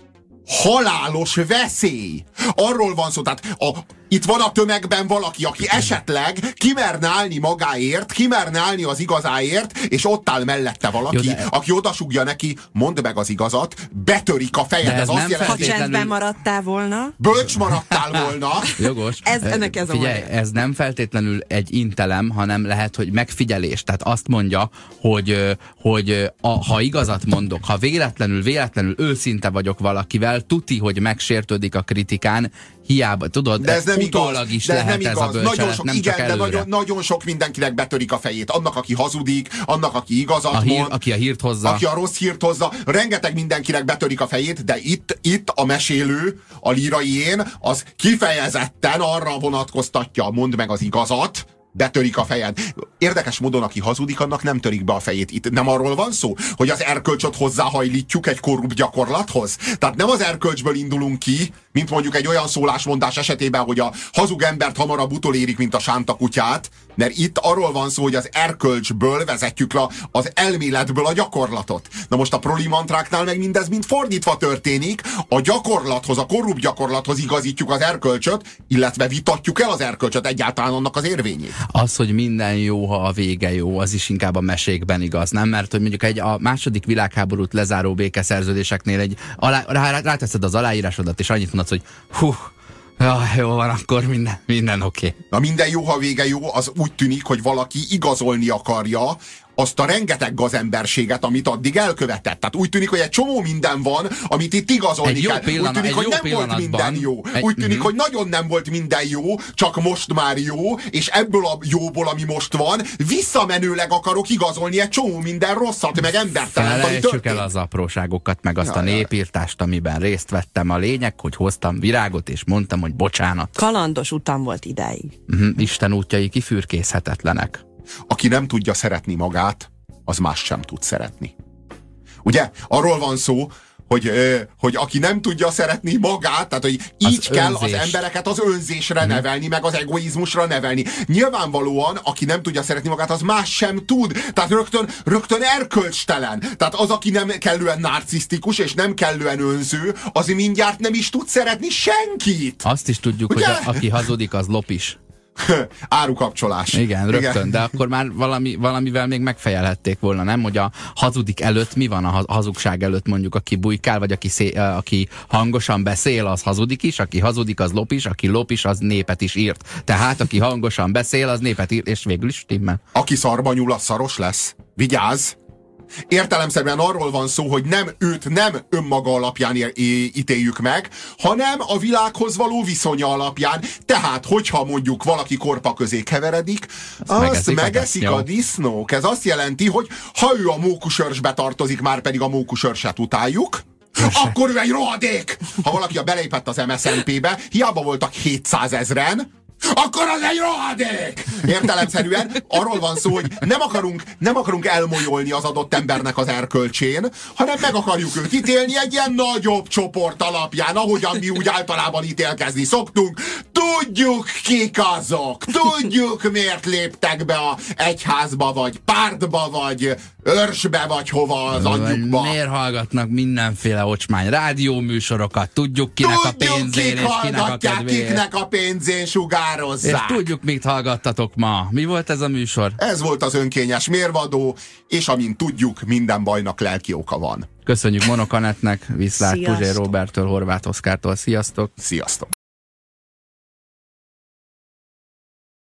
halálos veszély. Arról van szó, tehát itt van a tömegben valaki, aki esetleg kimerne állni magáért, kimerne állni az igazáért, és ott áll mellette valaki, aki odasugja neki, mondd meg az igazat, betörik a fejed. Ez azt jelenti, ha csendben maradtál volna. Bölcs maradtál volna. Jogos. Ennek ez Figyelj, ez nem feltétlenül egy intelem, hanem lehet, hogy megfigyelés. Tehát azt mondja, hogy ha igazat mondok, ha véletlenül őszinte vagyok valakivel, tuti, hogy megsértődik a kritikán, hiába, tudod, de ez nem utólag igaz, is de ez lehet nem ez a igaz. bölcselet, Nagyon sok, nem igen, csak előre. de nagyon sok mindenkinek betörik a fejét. Annak, aki hazudik, annak, aki igazat mond, aki a hírt hozza. Aki a rossz hírt hozza. Rengeteg mindenkinek betörik a fejét, de itt a mesélő, a lírai én, az kifejezetten arra vonatkoztatja, mondd meg az igazat, betörik a fejed. Érdekes módon, aki hazudik, annak nem törik be a fejét. Itt nem arról van szó, hogy az erkölcsöt hozzáhajlítjuk egy korrupt gyakorlathoz. Tehát nem az erkölcsből indulunk ki, mint mondjuk egy olyan szólásmondás esetében, hogy a hazug embert hamarabb utolérik, mint a sánta kutyát, mert itt arról van szó, hogy az erkölcsből vezetjük le az elméletből a gyakorlatot. Na most a prolimantráknál meg mindez mind fordítva történik, a gyakorlathoz, a korrupt gyakorlathoz igazítjuk az erkölcsöt, illetve vitatjuk el az erkölcsöt, egyáltalán annak az érvényét. Az, hogy minden jó, ha a vége jó, az is inkább a mesékben igaz, nem? Mert hogy mondjuk a második világháborút lezáró békeszerződéseknél ráteszed az aláírásodat, és annyit mondod, hogy jó van, akkor minden oké. Na minden jó, ha vége jó, az úgy tűnik, hogy valaki igazolni akarja azt a rengeteg gazemberséget, amit addig elkövetett. Tehát úgy tűnik, hogy egy csomó minden van, amit itt igazolni kell. Úgy tűnik, hogy nem volt minden jó. Úgy tűnik, hogy nagyon nem volt minden jó, csak most már jó, és ebből a jóból, ami most van, visszamenőleg akarok igazolni egy csomó minden rosszat, meg embertelen, ami történt. el az apróságokat, meg azt a népírtást, amiben részt vettem. A lényeg, hogy hoztam virágot, és mondtam, hogy bocsánat. Kalandos utam volt idáig. Isten útjai kifürkészhetetlenek. Aki nem tudja szeretni magát, az más sem tud szeretni. Ugye? Arról van szó, hogy aki nem tudja szeretni magát, tehát hogy így kell az embereket az önzésre nevelni, meg az egoizmusra nevelni. Nyilvánvalóan, aki nem tudja szeretni magát, az más sem tud. Tehát rögtön erkölcstelen. Tehát az, aki nem kellően narcisztikus és nem kellően önző, az mindjárt nem is tud szeretni senkit. Azt is tudjuk, ugye? Hogy aki hazudik, az lop is. Árukapcsolás. Igen, rögtön, igen. De akkor már valamivel még megfejelhették volna, nem? Hogy a hazudik előtt mi van a hazugság előtt, mondjuk aki bujkál, vagy aki hangosan beszél, az hazudik is, aki hazudik, az lop is, aki lop is, az népet is írt. Tehát aki hangosan beszél, az népet írt, és végül is stimmel. Aki szarba nyúl, az szaros lesz. Vigyázz! Értelemszerűen arról van szó, hogy őt nem önmaga alapján ítéljük meg, hanem a világhoz való viszonya alapján. Tehát, hogyha mondjuk valaki korpa közé keveredik, azt megeszik a disznók. Ez azt jelenti, hogy ha ő a mókusörsbe tartozik, már pedig a mókusörset utáljuk, akkor ő egy rohadék! Ha valaki belépett az MSZNP-be, hiába voltak 700 000-en, akkor az egy rohadék! Értelemszerűen arról van szó, hogy nem akarunk elmolyolni az adott embernek az erkölcsén, hanem meg akarjuk őt ítélni egy ilyen nagyobb csoport alapján, ahogyan mi úgy általában ítélkezni szoktunk. Tudjuk, kik azok! Tudjuk, miért léptek be a egyházba, vagy pártba, vagy őrsbe, vagy hova az anyjukba. Miért hallgatnak mindenféle ocsmány rádióműsorokat? Tudjuk, kinek a pénzén és kinek a kedvéért. Kiknek a pénzén sugározzák. És tudjuk, mit hallgattatok ma. Mi volt ez a műsor? Ez volt az önkényes mérvadó, és amint tudjuk, minden bajnak lelki oka van. Köszönjük Monok Anettnek, viszlát Puzsér Roberttől, Horváth Oszkártól. Sziasztok! Sziasztok!